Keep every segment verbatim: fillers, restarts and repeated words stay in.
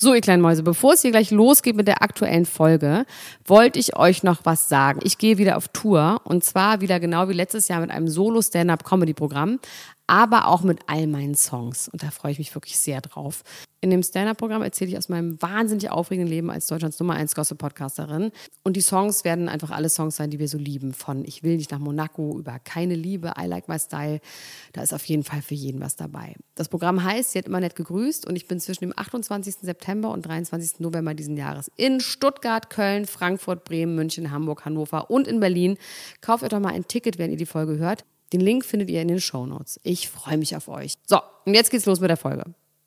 So, ihr kleinen Mäuse, bevor es hier gleich losgeht mit der aktuellen Folge, wollte ich euch noch was sagen. Ich gehe wieder auf Tour und zwar wieder genau wie letztes Jahr mit einem Solo-Stand-Up-Comedy-Programm, aber auch mit all meinen Songs. Und da freue ich mich wirklich sehr drauf. In dem Stand-Up-Programm erzähle ich aus meinem wahnsinnig aufregenden Leben als Deutschlands Nummer eins Gossip-Podcasterin. Und die Songs werden einfach alle Songs sein, die wir so lieben. Von Ich will nicht nach Monaco über Keine Liebe, I Like My Style. Da ist auf jeden Fall für jeden was dabei. Das Programm heißt, Sie hat immer nett gegrüßt und ich bin zwischen dem achtundzwanzigsten September und dreiundzwanzigsten November diesen Jahres in Stuttgart, Köln, Frankfurt, Bremen, München, Hamburg, Hannover und in Berlin. Kauft euch doch mal ein Ticket, wenn ihr die Folge hört. Den Link findet ihr in den Shownotes. Ich freue mich auf euch. So, und jetzt geht's los mit der Folge.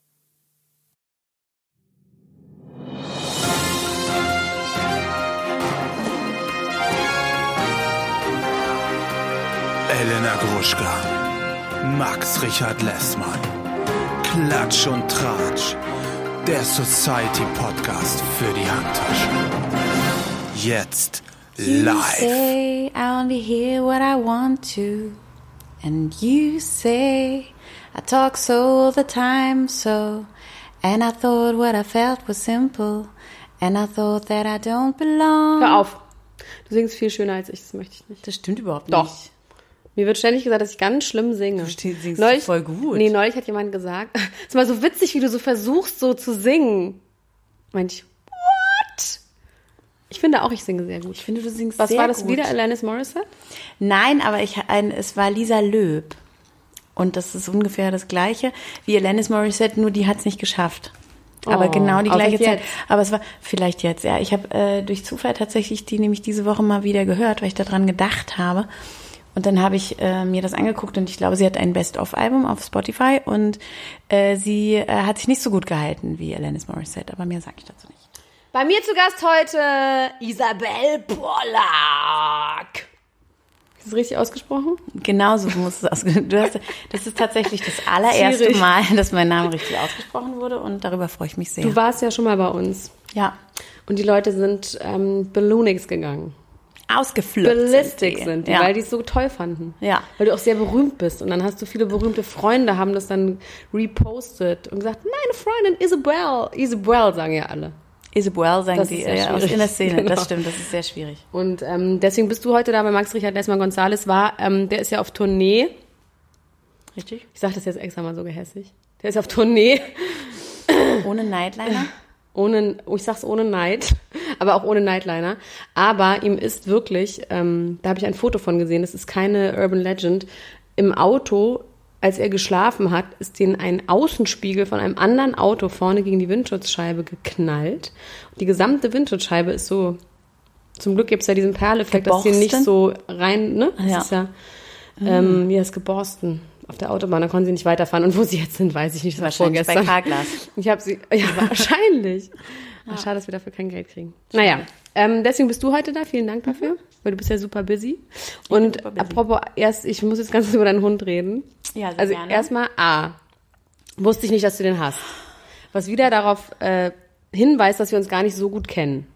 Elena Gruschka, Max Richard Lessmann, Klatsch und Tratsch, der Society-Podcast für die Handtasche. Jetzt live. You say I only hear what I want to, and you say I talk so all the time, so, and I thought what I felt was simple, and I thought that I don't belong. Hör auf. Du singst viel schöner als ich, das möchte ich nicht. Das stimmt überhaupt Doch. nicht. Mir wird ständig gesagt, dass ich ganz schlimm singe. Du singst neulich, voll gut. Nee, neulich hat jemand gesagt, es ist mal so witzig, wie du so versuchst, so zu singen. Meinte ich, what? Ich finde auch, ich singe sehr gut. Ich finde, du singst Was sehr war das gut. wieder, Alanis Morissette? Nein, aber ich, ein, es war Lisa Löb. Und das ist ungefähr das Gleiche wie Alanis Morissette, nur die hat es nicht geschafft. Aber Oh, genau die außer gleiche Zeit. jetzt. Aber es war vielleicht jetzt, ja. Ich habe äh, durch Zufall tatsächlich die nämlich diese Woche mal wieder gehört, weil ich daran gedacht habe. Und dann habe ich äh, mir das angeguckt und ich glaube, sie hat ein Best-of-Album auf Spotify und äh, sie äh, hat sich nicht so gut gehalten wie Alanis Morissette, aber mehr sage ich dazu nicht. Bei mir zu Gast heute Isabel Pollack. Ist das richtig ausgesprochen? Genauso muss es ausgesprochen werden. Das ist tatsächlich das allererste Schwierig. Mal, dass mein Name richtig ausgesprochen wurde und darüber freue ich mich sehr. Du warst ja schon mal bei uns. Ja. Und die Leute sind ähm, Balloonix gegangen. Ausgeflippt Ballistic sind die, ja. weil die es so toll fanden. Ja. Weil du auch sehr berühmt bist. Und dann hast du viele berühmte Freunde, haben das dann repostet und gesagt, meine Freundin Isabel. Isabel sagen ja alle. Isabel sagen Das die ist sehr ja, aus schwierig. in der Szene. Genau. Das stimmt, das ist sehr schwierig. Und ähm, deswegen bist du heute da bei Max Richard Lessmann Gonzales. War, ähm, der ist ja auf Tournee. Richtig? Ich sage das jetzt extra mal so gehässig. Der ist auf Tournee. Ohne Nightliner? Ohne, oh, ich sag's ohne Neid, aber auch ohne Nightliner. Aber ihm ist wirklich, ähm, da habe ich ein Foto von gesehen, das ist keine Urban Legend, im Auto, als er geschlafen hat, ist denen ein Außenspiegel von einem anderen Auto vorne gegen die Windschutzscheibe geknallt. Und die gesamte Windschutzscheibe ist so, zum Glück gibt's ja diesen Perleffekt, dass sie Geborsten? nicht so rein, ne? Das Ja. ist ja, ähm, ja, ist geborsten. Auf der Autobahn, da konnten sie nicht weiterfahren. Und wo sie jetzt sind, weiß ich nicht. Das war Wahrscheinlich bei vorgestern. Carglass. Ich habe sie, ja, wahrscheinlich. Ach, schade, dass wir dafür kein Geld kriegen. Naja, ähm, deswegen bist du heute da. Vielen Dank dafür, Mhm. weil du bist ja super busy. Und super busy. apropos, erst, ich muss jetzt ganz kurz über deinen Hund reden. Ja, sehr Also gerne. erstmal, A, wusste ich nicht, dass du den hast. Was wieder darauf äh, hinweist, dass wir uns gar nicht so gut kennen.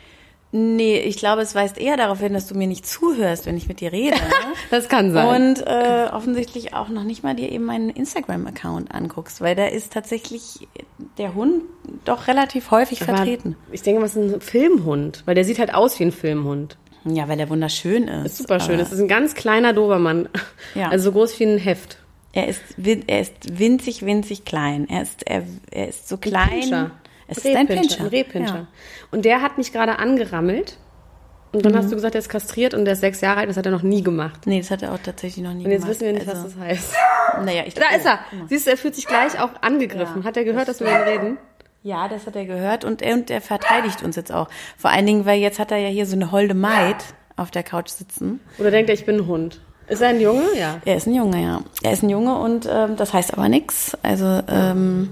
Nee, ich glaube, es weist eher darauf hin, dass du mir nicht zuhörst, wenn ich mit dir rede. Das kann sein. Und äh, offensichtlich auch noch nicht mal dir eben meinen Instagram-Account anguckst, weil da ist tatsächlich der Hund doch relativ häufig Aber vertreten. ich denke, was ist ein Filmhund? Weil der sieht halt aus wie ein Filmhund. Ja, weil er wunderschön ist. Das ist super schön. Aber Das ist ein ganz kleiner Dobermann. Ja. Also so groß wie ein Heft. Er ist, win- er ist winzig, winzig klein. Er ist, er, er ist so klein. Pinscher. Es ist ein Pinscher. Ein Rehpinscher. Ja. Und der hat mich gerade angerammelt. Und dann Mhm. hast du gesagt, er ist kastriert und der ist sechs Jahre alt. Das hat er noch nie gemacht. Nee, das hat er auch tatsächlich noch nie Und jetzt gemacht. wissen wir nicht, also, was das heißt. Naja, ich, Da ist er. Guck mal. Siehst du, er fühlt sich gleich auch angegriffen. Ja, Hat er gehört, das dass wir ihn reden? Ja, das hat er gehört und er, und er verteidigt uns jetzt auch. Vor allen Dingen, weil jetzt hat er ja hier so eine holde Maid auf der Couch sitzen. Oder denkt er, ich bin ein Hund? Ist er ein Junge? Ja. Er ist ein Junge, ja. Er ist ein Junge und ähm, das heißt aber nichts. Also ähm,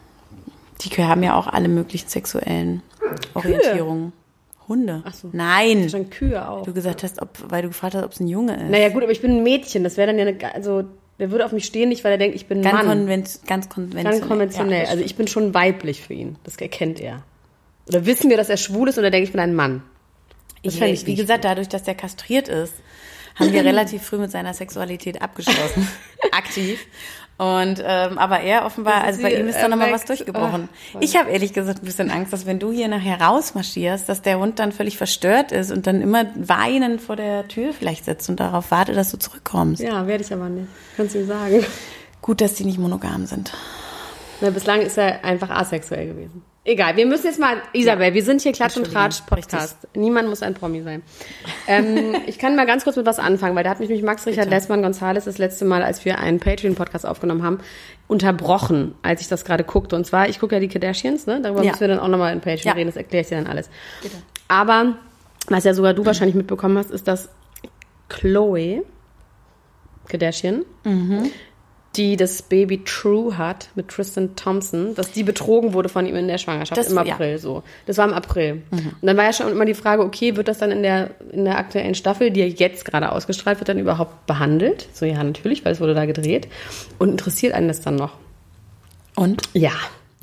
die Kühe haben ja auch alle möglichen sexuellen Orientierungen. Hunde. Ach so. Nein. Schon Kühe auch. Du gesagt hast, ob, weil du gefragt hast, ob es ein Junge ist. Naja, gut, aber ich bin ein Mädchen. Das wäre dann ja eine, also, der würde auf mich stehen, nicht, weil er denkt, ich bin ein ganz, Mann. konven- ganz konventionell. Ganz konventionell. Ja, Also ich bin schon weiblich für ihn. Das erkennt er. Oder wissen wir, dass er schwul ist oder denkt, ich bin ein Mann? Das ich, fände ich wie nicht gesagt, dadurch, dass der kastriert ist, haben wir relativ früh mit seiner Sexualität abgeschlossen. Aktiv. Und ähm, aber er offenbar, also bei ihm ist da nochmal was durchgebrochen. Oh, ich habe ehrlich gesagt ein bisschen Angst, dass wenn du hier nachher rausmarschierst, dass der Hund dann völlig verstört ist und dann immer weinend vor der Tür vielleicht sitzt und darauf wartet, dass du zurückkommst. Ja, werde ich aber nicht. Kannst du mir sagen. Gut, dass die nicht monogam sind. Na, bislang ist er einfach asexuell gewesen. Egal, wir müssen jetzt mal, Isabel, ja. wir sind hier Klatsch und Tratsch Podcast. Richtig. Niemand muss ein Promi sein. ähm, ich kann mal ganz kurz mit was anfangen, weil da hat mich, mich Max Richard Lessmann González das letzte Mal, als wir einen Patreon-Podcast aufgenommen haben, unterbrochen, als ich das gerade guckte. Und zwar, ich gucke ja die Kardashians, ne? Darüber ja. müssen wir dann auch nochmal in Patreon ja. reden, das erkläre ich dir dann alles. Bitte. Aber, was ja sogar du mhm. wahrscheinlich mitbekommen hast, ist, dass Khloe Kardashian, mhm. die das Baby True hat mit Tristan Thompson, dass die betrogen wurde von ihm in der Schwangerschaft das, im April. Ja. So. Das war im April. Mhm. Und dann war ja schon immer die Frage, okay, wird das dann in der, in der aktuellen Staffel, die ja jetzt gerade ausgestrahlt wird, dann überhaupt behandelt? So, ja, natürlich, weil es wurde da gedreht. Und interessiert einen das dann noch? Und? Ja.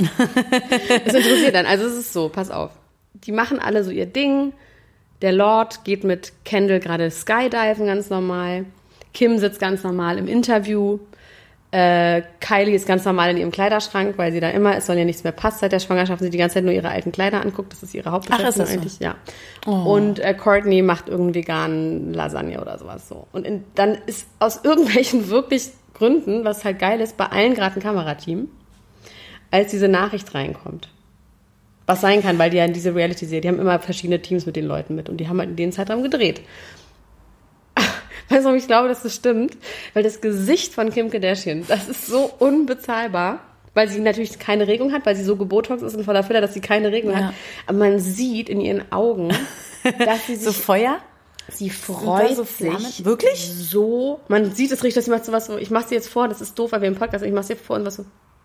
Es interessiert dann. Also es ist so, pass auf. Die machen alle so ihr Ding. Der Lord geht mit Kendall gerade Skydiven ganz normal. Kim sitzt ganz normal im Interview. Äh, Kylie ist ganz normal in ihrem Kleiderschrank, weil sie da immer ist, weil ihr nichts mehr passt seit der Schwangerschaft, sie die ganze Zeit nur ihre alten Kleider anguckt. Das ist ihre Hauptbeschäftigung Ach, ist das eigentlich, so? ja. Oh. Und äh, Courtney macht irgendwie veganen Lasagne oder sowas so. Und in, dann ist aus irgendwelchen wirklich Gründen, was halt geil ist, bei allen gerade ein Kamerateam, als diese Nachricht reinkommt. Was sein kann, weil die ja in diese Reality-Serie, die haben immer verschiedene Teams mit den Leuten mit und die haben halt in den Zeitraum gedreht. Weißt du, warum ich glaube, dass das stimmt? Weil das Gesicht von Kim Kardashian, das ist so unbezahlbar, weil sie natürlich keine Regung hat, weil sie so gebotox ist und voller Filler, dass sie keine Regung ja. hat. Aber man sieht in ihren Augen, dass sie sich... So Feuer? Sie freut so sich wirklich so. Man sieht es richtig, dass sie macht sowas so, ich mach sie jetzt vor, das ist doof, weil wir im Podcast sind, ich mach sie jetzt vor und was so...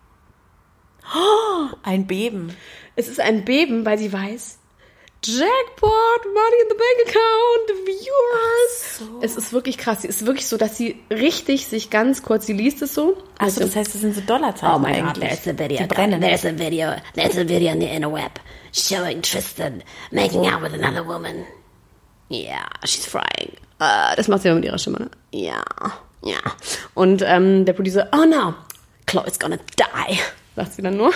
Oh, ein Beben. Es ist ein Beben, weil sie weiß... Jackpot, Money in the Bank Account, Viewers. So. Es ist wirklich krass. Es ist wirklich so, dass sie richtig sich ganz kurz, sie liest es so. Achso, das heißt, das sind so Dollarzeichen. Oh my eigentlich. God, there's a video. Die brennen. There's a video. There's a video on the interweb showing Tristan making out with another woman. Yeah, she's frying. Uh, das macht sie immer mit ihrer Stimme, ne? Ja, ja. Und ähm, der Producer, oh no, Khloe's gonna die, sagt sie dann nur.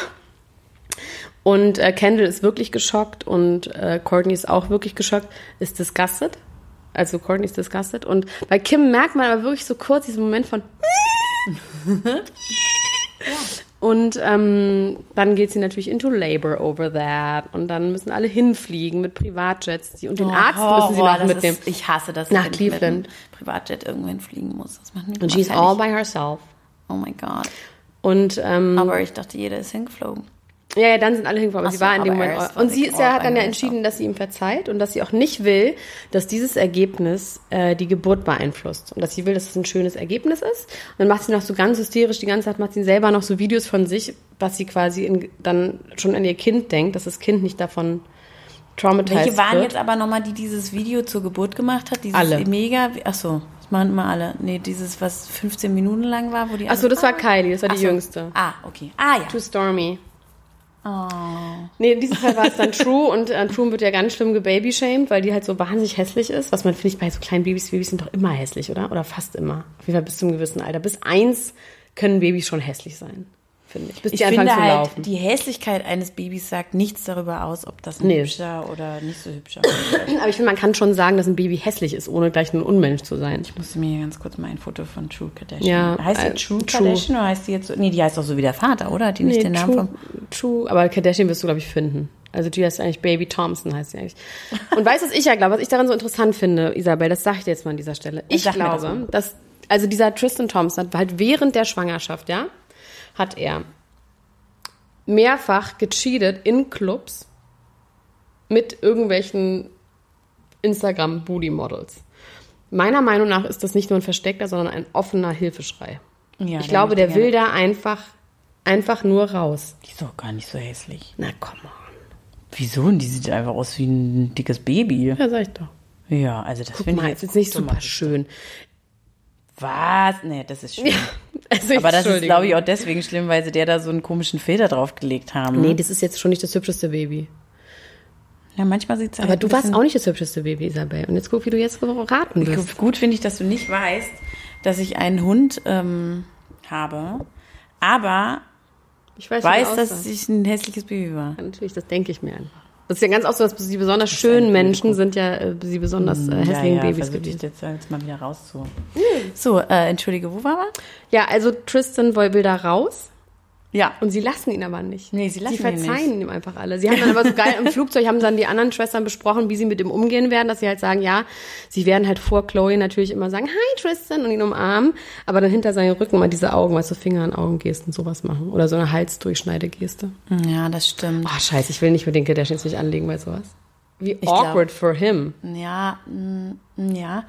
Und äh, Kendall ist wirklich geschockt und äh, Courtney ist auch wirklich geschockt, ist disgusted. Also Courtney ist disgusted. Und bei Kim merkt man aber wirklich so kurz diesen Moment von ja. Und ähm, dann geht sie natürlich into labor over that. Und dann müssen alle hinfliegen mit Privatjets. Und den oh, Arzt oh, müssen sie noch oh, mitnehmen. Ist, ich hasse das. Nach Cleveland. Privatjet irgendwo hinfliegen muss. Das macht mich und she's all by herself. Oh my God. Und, ähm, aber ich dachte, jeder ist hingeflogen. Ja, ja, dann sind alle hingekommen. Aber so, sie war in dem aber Moment. Und sie ist ja, hat dann ja entschieden, dass sie ihm verzeiht und dass sie auch nicht will, dass dieses Ergebnis äh, die Geburt beeinflusst. Und dass sie will, dass es ein schönes Ergebnis ist. Und dann macht sie noch so ganz hysterisch, die ganze Zeit macht sie selber noch so Videos von sich, was sie quasi in, dann schon an ihr Kind denkt, dass das Kind nicht davon traumatisiert wird. Welche waren jetzt aber nochmal, die dieses Video zur Geburt gemacht hat? Dieses alle. Mega, achso. Machen immer alle. Nee, dieses, was fünfzehn Minuten lang war, wo die Achso, das war Kylie, das war die Achso. jüngste. Ah, okay. Ah, ja. Too Stormy. Oh. Nee, in diesem Fall war es dann True und äh, True wird ja ganz schlimm gebabyshamed, weil die halt so wahnsinnig hässlich ist, was man, finde ich, bei so kleinen Babys, Babys sind doch immer hässlich, oder? Oder fast immer. Auf jeden Fall bis zu einem gewissen Alter. Bis eins können Babys schon hässlich sein, finde ich. Bis ich die finde anfangen zu halt, laufen. Die Hässlichkeit eines Babys sagt nichts darüber aus, ob das ein Nee. hübscher oder nicht so hübscher ist. Aber ich finde, man kann schon sagen, dass ein Baby hässlich ist, ohne gleich ein Unmensch zu sein. Ich musste mir ganz kurz mal ein Foto von True Kardashian. Ja, heißt die äh, True, True Kardashian oder heißt die jetzt so? Nee, die heißt doch so wie der Vater, oder? Hat die nicht Nee, den Namen True, vom... True, aber Kardashian wirst du, glaube ich, finden. Also die heißt eigentlich Baby Thompson, heißt sie eigentlich. Und weißt du, was ich ja glaube, was ich daran so interessant finde, Isabel, das sage ich dir jetzt mal an dieser Stelle. Ich Sag mir das glaube, mal. dass, also dieser Tristan Thompson hat halt während der Schwangerschaft, ja, hat er mehrfach gecheatet in Clubs mit irgendwelchen Instagram-Booty-Models. Meiner Meinung nach ist das nicht nur ein versteckter, sondern ein offener Hilfeschrei. Ja, ich glaube, der will da einfach, einfach nur raus. Die ist doch gar nicht so hässlich. Na, komm on. Wieso? Die sieht einfach aus wie ein dickes Baby. Ja, sag ich doch. Ja, also das Guck finde mal, ich ist jetzt nicht super schön. Was? Nee, das ist schlimm. Ja, also Aber das ist, Entschuldigung. glaube ich, auch deswegen schlimm, weil sie der da so einen komischen Filter draufgelegt haben. Nee, das ist jetzt schon nicht das hübscheste Baby. Ja, manchmal sieht es Aber du warst auch nicht das hübscheste Baby, Isabel. Und jetzt guck, wie du jetzt raten wirst. Gut finde ich, dass du nicht weißt, dass ich einen Hund ähm, habe, aber Ich weiß, weiß, dass ich ein hässliches Baby war. Ja, natürlich, das denke ich mir einfach. Das ist ja ganz oft so, dass die besonders schönen Menschen sind ja äh, die besonders äh, hässlichen ja, ja, Babys versuch ich gewesen. jetzt, jetzt mal wieder raus zu. So, äh, entschuldige, wo waren wir? Ja, also Tristan will da raus. Ja. Und sie lassen ihn aber nicht. Nee, sie lassen sie ihn nicht. verzeihen ihm einfach alle. Sie haben dann aber so geil im Flugzeug, haben dann die anderen Schwestern besprochen, wie sie mit ihm umgehen werden, dass sie halt sagen, ja, sie werden halt vor Chloe natürlich immer sagen, hi Tristan, und ihn umarmen, aber dann hinter seinen Rücken mal diese Augen, weißt du, Finger an Augengesten sowas machen. Oder so eine Halsdurchschneidegeste. Ja, das stimmt. Oh, scheiße, ich will nicht mit den Kardashians nicht anlegen bei sowas. Wie Ich awkward for him. Ja, mm, ja.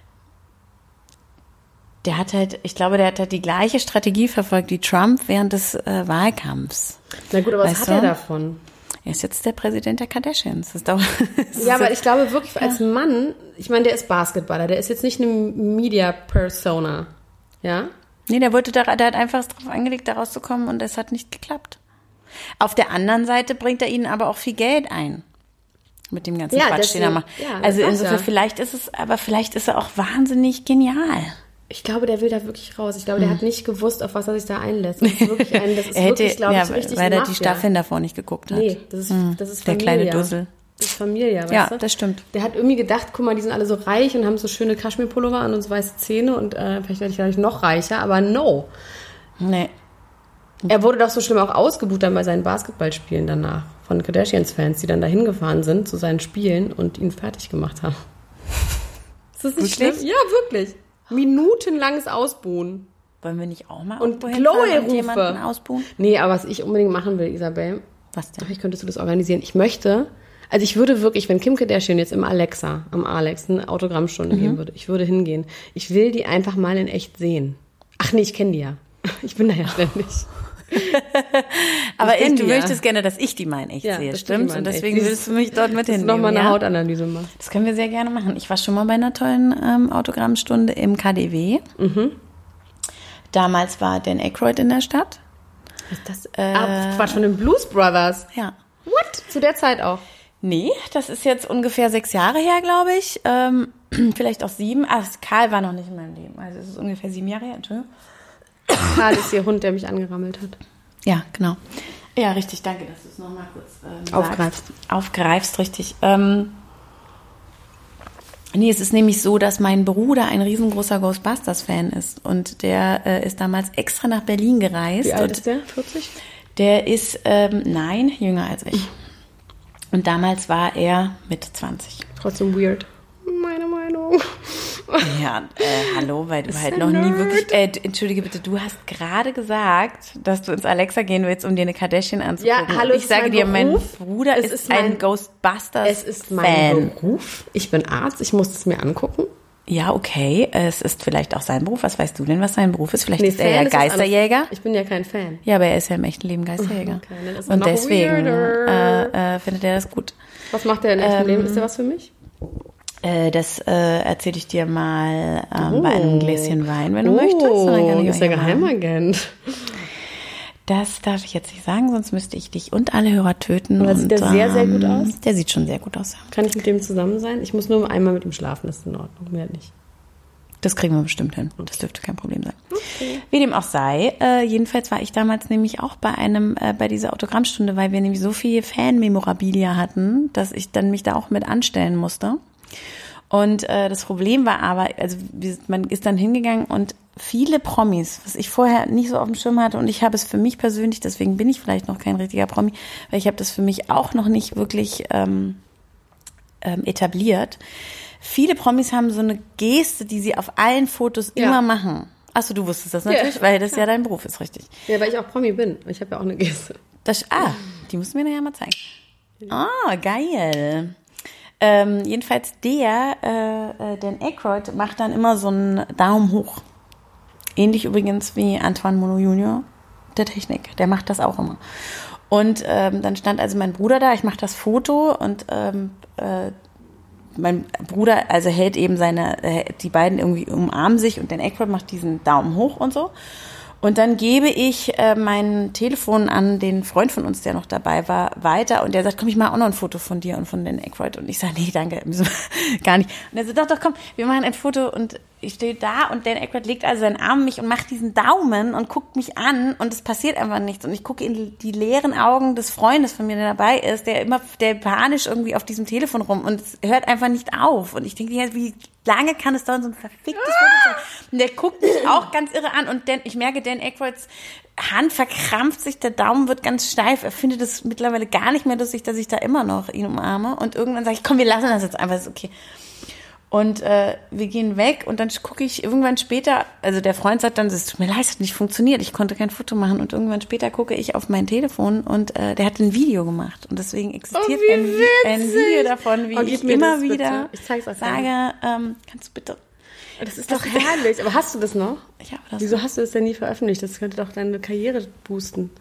Der hat halt, ich glaube, der hat halt die gleiche Strategie verfolgt wie Trump während des äh, Wahlkampfs. Na gut, aber was Weißt hat du? er davon? Er ist jetzt der Präsident der Kardashians. Das dauert, das Ja, ist aber ich glaube wirklich, als Mann, ich meine, der ist Basketballer, der ist jetzt nicht eine Media-Persona. Ja? Nee, der wollte da, der hat einfach darauf angelegt, da rauszukommen und es hat nicht geklappt. Auf der anderen Seite bringt er ihnen aber auch viel Geld ein. Mit dem ganzen Ja, Quatsch, den er deswegen- macht. ja, das also war's insofern, ja. vielleicht ist es, aber vielleicht ist er auch wahnsinnig genial. Ich glaube, der will da wirklich raus. Ich glaube, der hat nicht gewusst, auf was er sich da einlässt. Das ist wirklich, ein, das ist Er hätte, wirklich, glaube ja, ich, richtig weil er Mafia. die Staffeln davor nicht geguckt hat. Nee, das ist, das ist der Familie. kleine Dussel. Das ist Familie, weißt Ja, du? das stimmt. Der hat irgendwie gedacht, guck mal, die sind alle so reich und haben so schöne Kaschmirpullover an und so weiße Zähne und äh, vielleicht werde ich dadurch noch reicher, aber no. Nee. Er wurde doch so schlimm auch ausgebucht dann bei seinen Basketballspielen danach von Kardashians-Fans, die dann da hingefahren sind zu seinen Spielen und ihn fertig gemacht haben. Ist das nicht Wirklich? schlimm? Ja, wirklich. Minutenlanges Ausbuhen. Wollen wir nicht auch mal Und irgendwo hinfahren Chloe-Rufe. und jemanden ausbuhen? Nee, aber was ich unbedingt machen will, Isabel, Was denn? vielleicht könntest du das organisieren. Ich möchte, also ich würde wirklich, wenn Kim Kardashian jetzt im Alexa, am Alex, eine Autogrammstunde Mhm. geben würde, ich würde hingehen. Ich will die einfach mal in echt sehen. Ach nee, ich kenne die ja. Ich bin da ja ständig. Aber kenn ich, die du ja. möchtest gerne, dass ich die mal in echt Ja, sehe, dass du die stimmt? mal in Und echt deswegen siehst. willst du mich dort mit Dass du hinnehmen, nochmal eine ja? Hautanalyse machst. Das können wir sehr gerne machen. Ich war schon mal bei einer tollen ähm, Autogrammstunde im K D W. Mhm. Damals war Dan Aykroyd in der Stadt. Das, äh, ah, Quatsch, von den Blues Brothers. Ja. What? Zu der Zeit auch. Nee, das ist jetzt ungefähr sechs Jahre her, glaube ich. Ähm, vielleicht auch sieben. Ah, Karl war noch nicht in meinem Leben. Also es ist ungefähr sieben Jahre her. Entschuldigung. Karl ist ihr Hund, der mich angerammelt hat. Ja, genau. Ja, richtig. Danke, dass du es nochmal kurz ähm, Aufgreifst. sagst. Aufgreifst, richtig. Ähm, nee, es ist nämlich so, dass mein Bruder ein riesengroßer Ghostbusters-Fan ist. Und der äh, ist damals extra nach Berlin gereist. Wie alt und ist der? vierzig? Der ist, ähm, nein, jünger als ich. Und damals war er Mitte zwanzig. Trotzdem weird. Meine Meinung. Ja, äh, hallo, weil du Ist halt ein noch nie Nerd. wirklich... Äh, entschuldige bitte, du hast gerade gesagt, dass du ins Alexa gehen willst, um dir eine Kardashian anzugucken. Ja, hallo, Und es ich ist sage mein dir, mein Beruf. Bruder Es ist, ist mein- ein Ghostbusters-Fan. Es ist mein Beruf. Ich bin Arzt, ich muss es mir angucken. Ja, okay, es ist vielleicht auch sein Beruf. Was weißt du denn, was sein Beruf ist? Vielleicht Nee, ist er Fan ja ist was Geisterjäger. anderes. Ich bin ja kein Fan. Ja, aber er ist ja im echten Leben Geisterjäger. Okay, dann ist er Und noch deswegen weirder. äh, äh, findet er das gut. Was macht der in echtem Ähm, Leben? Ist der was für mich? Äh, das äh, erzähle ich dir mal ähm, Oh. bei einem Gläschen Wein, wenn du Oh, möchtest. Und dann kann ich ist der euch ja mal- Geheimagent. Das darf ich jetzt nicht sagen, sonst müsste ich dich und alle Hörer töten. Aber sieht und, der sehr, sehr gut aus? Der sieht schon sehr gut aus, ja. Kann ich mit dem zusammen sein? Ich muss nur einmal mit ihm schlafen, das ist in Ordnung, mehr nicht. Das kriegen wir bestimmt hin. Das dürfte kein Problem sein. Okay. Wie dem auch sei, äh, jedenfalls war ich damals nämlich auch bei einem, äh, bei dieser Autogrammstunde, weil wir nämlich so viel Fan-Memorabilia hatten, dass ich dann mich da auch mit anstellen musste. Und äh, das Problem war aber, also wir, man ist dann hingegangen und viele Promis, was ich vorher nicht so auf dem Schirm hatte, und ich habe es für mich persönlich, deswegen bin ich vielleicht noch kein richtiger Promi, weil ich habe das für mich auch noch nicht wirklich ähm, ähm, etabliert. Viele Promis haben so eine Geste, die sie auf allen Fotos Ja. immer machen. Achso, du wusstest das natürlich, Ja. weil das ja dein Beruf ist, richtig. Ja, weil ich auch Promi bin. Ich habe ja auch eine Geste. Das, ah, die musst du mir nachher mal zeigen. Ah, geil. Ähm, jedenfalls der, äh, äh, Dan Aykroyd macht dann immer so einen Daumen hoch. Ähnlich übrigens wie Antoine Monod Junior, der Technik. Der macht das auch immer. Und ähm, dann stand also mein Bruder da, ich mache das Foto und ähm, äh, mein Bruder also hält eben seine, äh, die beiden irgendwie umarmen sich und Dan Aykroyd macht diesen Daumen hoch und so. Und dann gebe ich äh, mein Telefon an den Freund von uns, der noch dabei war, weiter. Und der sagt, komm, ich mache auch noch ein Foto von dir und von Dan Aykroyd. Und ich sage, nee, danke, müssen wir gar nicht. Und er sagt, doch, doch, komm, wir machen ein Foto. Und ich stehe da und Dan Aykroyd legt also seinen Arm um mich und macht diesen Daumen und guckt mich an und es passiert einfach nichts. Und ich gucke in die leeren Augen des Freundes von mir, der dabei ist, der immer, der panisch irgendwie auf diesem Telefon rum und es hört einfach nicht auf. Und ich denke, wie lange kann es dauern, so ein verficktes Foto zu machen? Und der guckt mich auch ganz irre an und Dan, ich merke, Dan Aykroyds Hand verkrampft sich, der Daumen wird ganz steif. Er findet es mittlerweile gar nicht mehr lustig, dass ich da immer noch ihn umarme. Und irgendwann sage ich, komm, wir lassen das jetzt einfach, ist okay. Und äh, wir gehen weg und dann gucke ich irgendwann später, also der Freund sagt dann, es tut mir leid, es hat nicht funktioniert, ich konnte kein Foto machen. Und irgendwann später gucke ich auf mein Telefon und äh, der hat ein Video gemacht. Und deswegen existiert oh, ein, ein Video davon, wie oh, ich immer wieder ich zeig's auch sage, ähm, kannst du bitte... Das ist doch herrlich. Aber hast du das noch? Ich habe das Wieso noch. hast du das denn nie veröffentlicht? Das könnte doch deine Karriere boosten.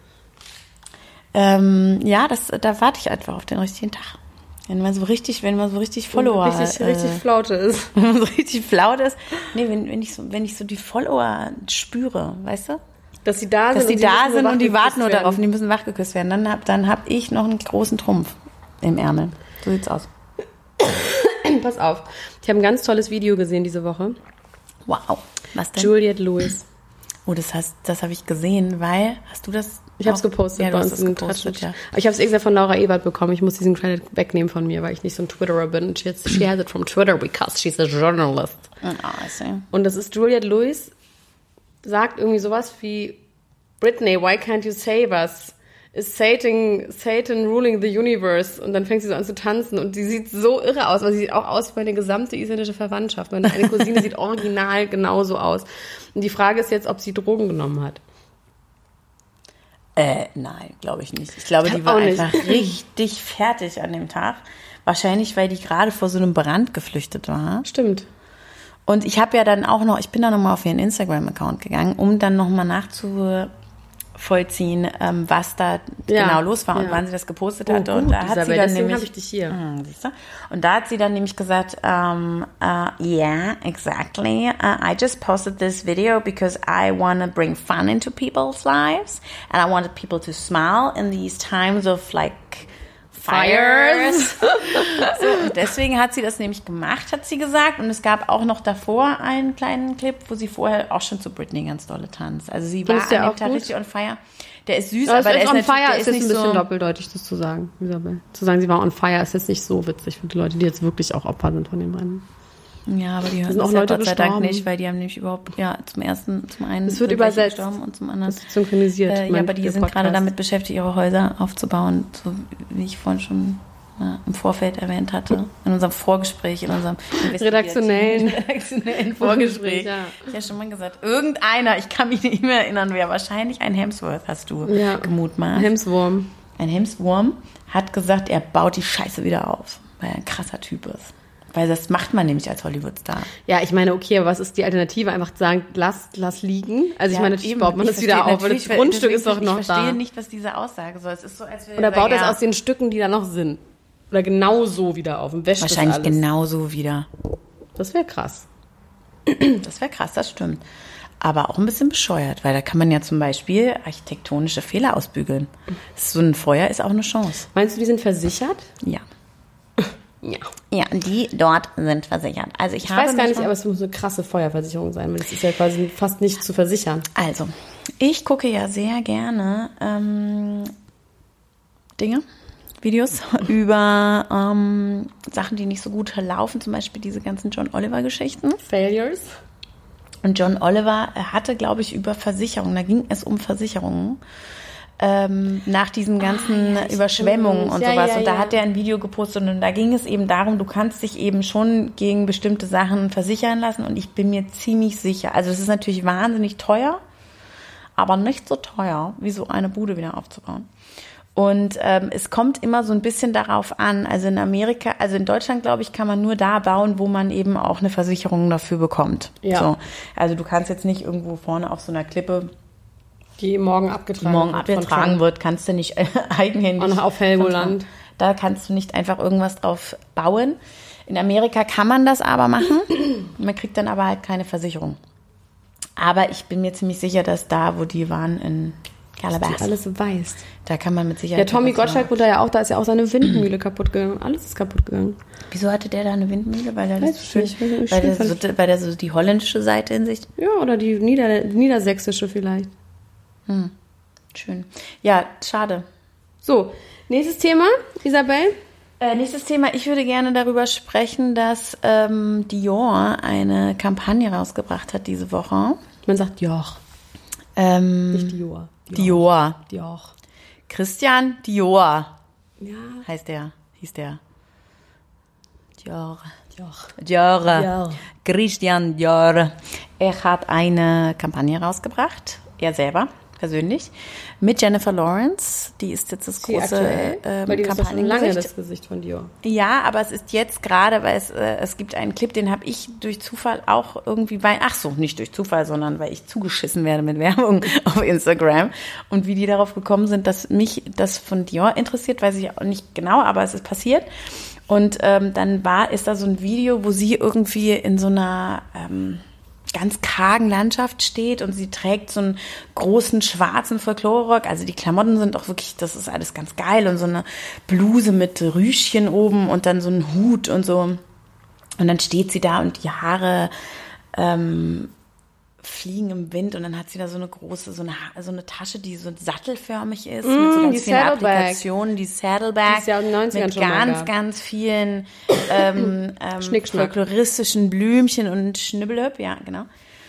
Ähm, ja, das, da warte ich einfach auf den richtigen Tag. Wenn man so richtig, wenn man so richtig Follower Richtig, äh, richtig Flaute ist. Wenn man so richtig Flaute ist. Nee, wenn, wenn ich so, wenn ich so die Follower spüre, weißt du? Dass sie da Dass sind. die da sind und die warten nur werden. darauf und die müssen wachgeküsst werden. Dann hab, dann hab ich noch einen großen Trumpf im Ärmel. So sieht's aus. Pass auf. Ich habe ein ganz tolles Video gesehen diese Woche. Wow. Was denn? Juliette Lewis. Oh, das heißt, das habe ich gesehen, weil, hast du das? Ich habe es gepostet ja, bei du uns hast es im gepostet, Touch. ja. Aber ich habe es extra von Laura Ebert bekommen. Ich muss diesen Credit wegnehmen von mir, weil ich nicht so ein Twitterer bin. Und she, she has it from Twitter because she's a journalist. Oh, I see. Und das ist Juliette Lewis, sagt irgendwie sowas wie Britney, why can't you save us? Is Satan, Satan ruling the universe? Und dann fängt sie so an zu tanzen und sie sieht so irre aus, weil sie sieht auch aus wie meine gesamte isländische Verwandtschaft. Meine eine Cousine sieht original genauso aus. Und die Frage ist jetzt, ob sie Drogen genommen hat. Äh, nein, glaube ich nicht. Ich glaube, Ich die war auch nicht. einfach richtig fertig an dem Tag. Wahrscheinlich, weil die gerade vor so einem Brand geflüchtet war. Stimmt. Und ich habe ja dann auch noch, ich bin dann nochmal auf ihren Instagram-Account gegangen, um dann nochmal nachzuvollziehen, ähm, was da Ja, genau los war und ja. wann sie das gepostet Oh, hatte. Und gut, da hat Isabel, sie dann deswegen nämlich, habe ich dich hier. Hm, siehst du? Und da hat sie dann nämlich gesagt, um, uh, yeah, exactly. Uh, I just posted this video because I want to bring fun into people's lives and I wanted people to smile in these times of like fires. So, und deswegen hat sie das nämlich gemacht, hat sie gesagt. Und es gab auch noch davor einen kleinen Clip, wo sie vorher auch schon zu Britney ganz dolle tanzt. Also sie war Findest du an ja dem auch Tag gut? richtig on fire. Der ist süß, Aber, aber der ist on natürlich, fire der ist ist jetzt nicht ein bisschen so... doppeldeutig, das zu sagen, Isabel. Zu sagen, sie war on fire, ist jetzt nicht so witzig für die Leute, die jetzt wirklich auch Opfer sind von dem Rennen. Ja, aber die hören sind auch das ja Leute Gott sei Dank gestorben. nicht, weil die haben nämlich überhaupt, ja, zum ersten, zum einen Es wird sind welche übersetzt. gestorben und zum anderen Das ist synchronisiert. Äh, ja, mein- aber die der sind Podcast. gerade damit beschäftigt, ihre Häuser aufzubauen, so wie ich vorhin schon ja, im Vorfeld erwähnt hatte, in unserem Vorgespräch, in unserem Redaktionellen. redaktionellen Vorgespräch. Ja. Ich habe ja schon mal gesagt, irgendeiner, ich kann mich nicht mehr erinnern, wer, wahrscheinlich ein Hemsworth, hast du Ja. gemutmaßt. Hemswurm. Ein Hemswurm hat gesagt, er baut die Scheiße wieder auf, weil er ein krasser Typ ist. Weil das macht man nämlich als Hollywood-Star. Ja, ich meine, okay, aber was ist die Alternative? Einfach sagen, lass, lass liegen. Also ich Ja, meine, natürlich eben. baut man Ich das wieder verstehe auf, weil das natürlich, Grundstück deswegen- ist doch noch Ich verstehe da. nicht, was diese Aussage soll. Es ist so, als würde Oder er sagen, baut das ja, aus den Stücken, die da noch sind. Oder genau so wieder auf und wäscht das wahrscheinlich alles. genauso wieder. Das wäre krass. Das wäre krass, das stimmt. Aber auch ein bisschen bescheuert, weil da kann man ja zum Beispiel architektonische Fehler ausbügeln. So ein Feuer ist auch eine Chance. Meinst du, die sind versichert? Ja. Ja. Ja, die dort sind versichert. Also ich, Ich habe weiß gar mich nicht, mal- aber es muss eine krasse Feuerversicherung sein, weil das ist ja quasi fast nicht zu versichern. Also, ich gucke ja sehr gerne ähm, Dinge, Videos über ähm, Sachen, die nicht so gut laufen, zum Beispiel diese ganzen John Oliver-Geschichten. Failures? Und John Oliver hatte, glaube ich, über Versicherungen, da ging es um Versicherungen, ähm, nach diesen ganzen Ah, ja, ich Überschwemmungen weiß. und Ja, sowas. ja, und da ja. hat er ein Video gepostet und da ging es eben darum, du kannst dich eben schon gegen bestimmte Sachen versichern lassen und ich bin mir ziemlich sicher, also es ist natürlich wahnsinnig teuer, aber nicht so teuer, wie so eine Bude wieder aufzubauen. Und ähm, es kommt immer so ein bisschen darauf an, also in Amerika, also in Deutschland, glaube ich, kann man nur da bauen, wo man eben auch eine Versicherung dafür bekommt. Ja. So. Also du kannst jetzt nicht irgendwo vorne auf so einer Klippe, Die morgen die abgetragen morgen wird von abgetragen Trump. wird, kannst du nicht äh, eigenhändig. Und auf Helgoland. Da kannst du nicht einfach irgendwas drauf bauen. In Amerika kann man das aber machen. Man kriegt dann aber halt keine Versicherung. Aber ich bin mir ziemlich sicher, dass da, wo die waren, in Calabasas. Alles so weiß. Da kann man mit Sicherheit... Der Tommy was machen. Gottschalk wurde ja auch, da ist ja auch seine Windmühle kaputt gegangen. Alles ist kaputt gegangen. Wieso hatte der da eine Windmühle? Weil der, Weiß das ich schön, nicht. Ich weil, der fand- so, weil der so die holländische Seite in sich... Ja, oder die Nieder niedersächsische vielleicht. Schön. Ja, schade. So, nächstes Thema, Isabel. Äh, nächstes Thema. Ich würde gerne darüber sprechen, dass ähm, Dior eine Kampagne rausgebracht hat diese Woche. Man sagt Joch, Ähm, nicht Dior. Dior. Dior. Christian Dior Ja, heißt der, hieß der. Dior. Joch. Dior. Dior. Christian Dior. Er hat eine Kampagne rausgebracht, er selber, persönlich, mit Jennifer Lawrence. Die ist jetzt das Die große aktuell? ähm, Weil die ist doch schon lange Kampagnengesicht. das Gesicht von Dior. Ja, aber es ist jetzt gerade, weil es, äh, es gibt einen Clip, den habe ich durch Zufall auch irgendwie bei, ach so, nicht durch Zufall, sondern weil ich zugeschissen werde mit Werbung auf Instagram. Und wie die darauf gekommen sind, dass mich das von Dior interessiert, weiß ich auch nicht genau, aber es ist passiert. Und ähm, dann war, ist da so ein Video, wo sie irgendwie in so einer ähm, ganz kargen Landschaft steht und sie trägt so einen großen schwarzen Folklore-Rock. Also die Klamotten sind auch wirklich, das ist alles ganz geil und so eine Bluse mit Rüschchen oben und dann so ein Hut und so. Und dann steht sie da und die Haare ähm, fliegen im Wind und dann hat sie da so eine große, so eine, so eine Tasche, die so sattelförmig ist, Mm, mit so die ganz vielen Saddlebag. Applikationen, die Saddlebag, Die es ja in den neunzigern mit schon mal ganz, gab. ganz vielen ähm, ähm, Schnickschnack. folkloristischen Blümchen und Schnibbelöp, ja, genau.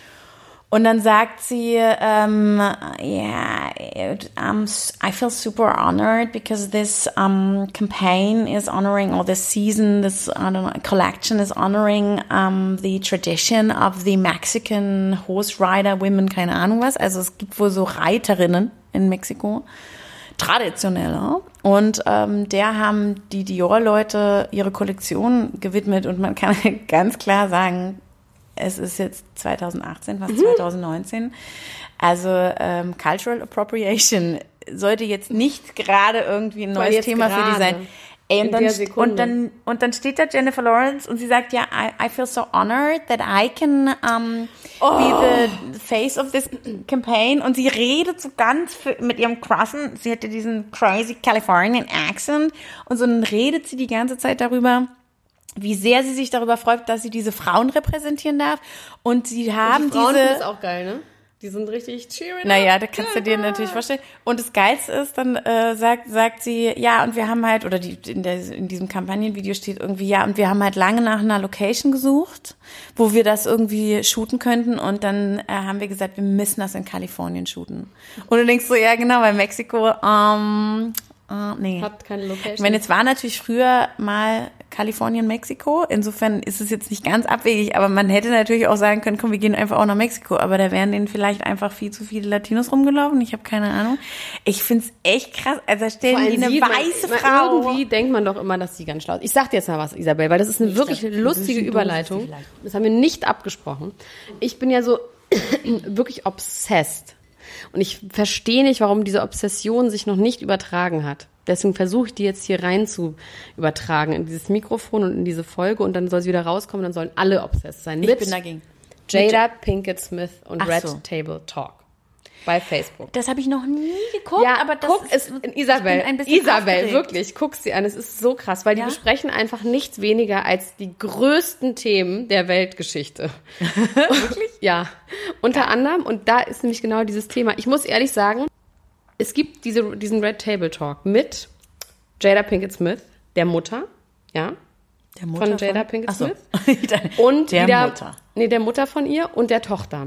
Und dann sagt sie, um, yeah, it, um, I feel super honored because this um, campaign is honoring, or this season, this I don't know, collection is honoring um, the tradition of the Mexican horse rider women, keine Ahnung was. Also es gibt wohl so Reiterinnen in Mexiko, traditioneller. Und ähm, der haben die Dior-Leute ihre Kollektion gewidmet und man kann ganz klar sagen, es ist jetzt zwanzig achtzehn, fast zwanzig neunzehn. Also ähm, Cultural Appropriation sollte jetzt nicht gerade irgendwie ein Weil neues jetzt Thema für die gerade, sein. Ey, in und, dann, der Sekunde. und, dann, und dann steht da Jennifer Lawrence und sie sagt, ja, I, I feel so honored that I can um, Oh. be the face of this campaign. Und sie redet so ganz für, mit ihrem krassen, sie hatte diesen crazy Californian Accent und so dann redet sie die ganze Zeit darüber, wie sehr sie sich darüber freut, dass sie diese Frauen repräsentieren darf. Und sie haben Die Frauen diese... finden es auch geil, ne? Die sind richtig cheering. Naja, da kannst du dir natürlich vorstellen. Und das Geilste ist, dann äh, sagt sagt sie, ja, und wir haben halt, oder die in, der, in diesem Kampagnenvideo steht irgendwie, ja, und wir haben halt lange nach einer Location gesucht, wo wir das irgendwie shooten könnten. Und dann äh, haben wir gesagt, wir müssen das in Kalifornien shooten. Und du denkst so, ja, genau, weil Mexiko, ähm, äh, nee. Hat keine Location. Ich meine, jetzt war natürlich früher mal Kalifornien, Mexiko. Insofern ist es jetzt nicht ganz abwegig, aber man hätte natürlich auch sagen können, komm, wir gehen einfach auch nach Mexiko. Aber da wären denen vielleicht einfach viel zu viele Latinos rumgelaufen. Ich habe keine Ahnung. Ich find's echt krass. Also da stellen Vor die allem eine sieht man- weiße man- Frau. Irgendwie denkt man doch immer, dass sie ganz schlau ist. Ich sag dir jetzt mal was, Isabel, weil das ist eine wirklich das- lustige das ist Überleitung. doof, vielleicht. Das haben wir nicht abgesprochen. Ich bin ja so wirklich obsessed. Und ich verstehe nicht, warum diese Obsession sich noch nicht übertragen hat. Deswegen versuche ich die jetzt hier rein zu übertragen in dieses Mikrofon und in diese Folge und dann soll sie wieder rauskommen, dann sollen alle obsessed sein. Ich Mit bin dagegen. Jada Pinkett Smith und Ach Red so. Table Talk bei Facebook. Das habe ich noch nie geguckt, Ja, aber das guck ist, es, Isabel, ich bin ein bisschen Isabel, aufgeregt. wirklich, guck sie an, es ist so krass, weil Ja? die besprechen einfach nichts weniger als die größten Themen der Weltgeschichte. Wirklich? Ja, unter anderem, und da ist nämlich genau dieses Thema. Ich muss ehrlich sagen, es gibt diese, diesen Red Table Talk mit Jada Pinkett Smith, der Mutter, ja, Der Mutter von Jada Pinkett Ach so. Smith. Und der wieder, Mutter. Nee, der Mutter von ihr und der Tochter.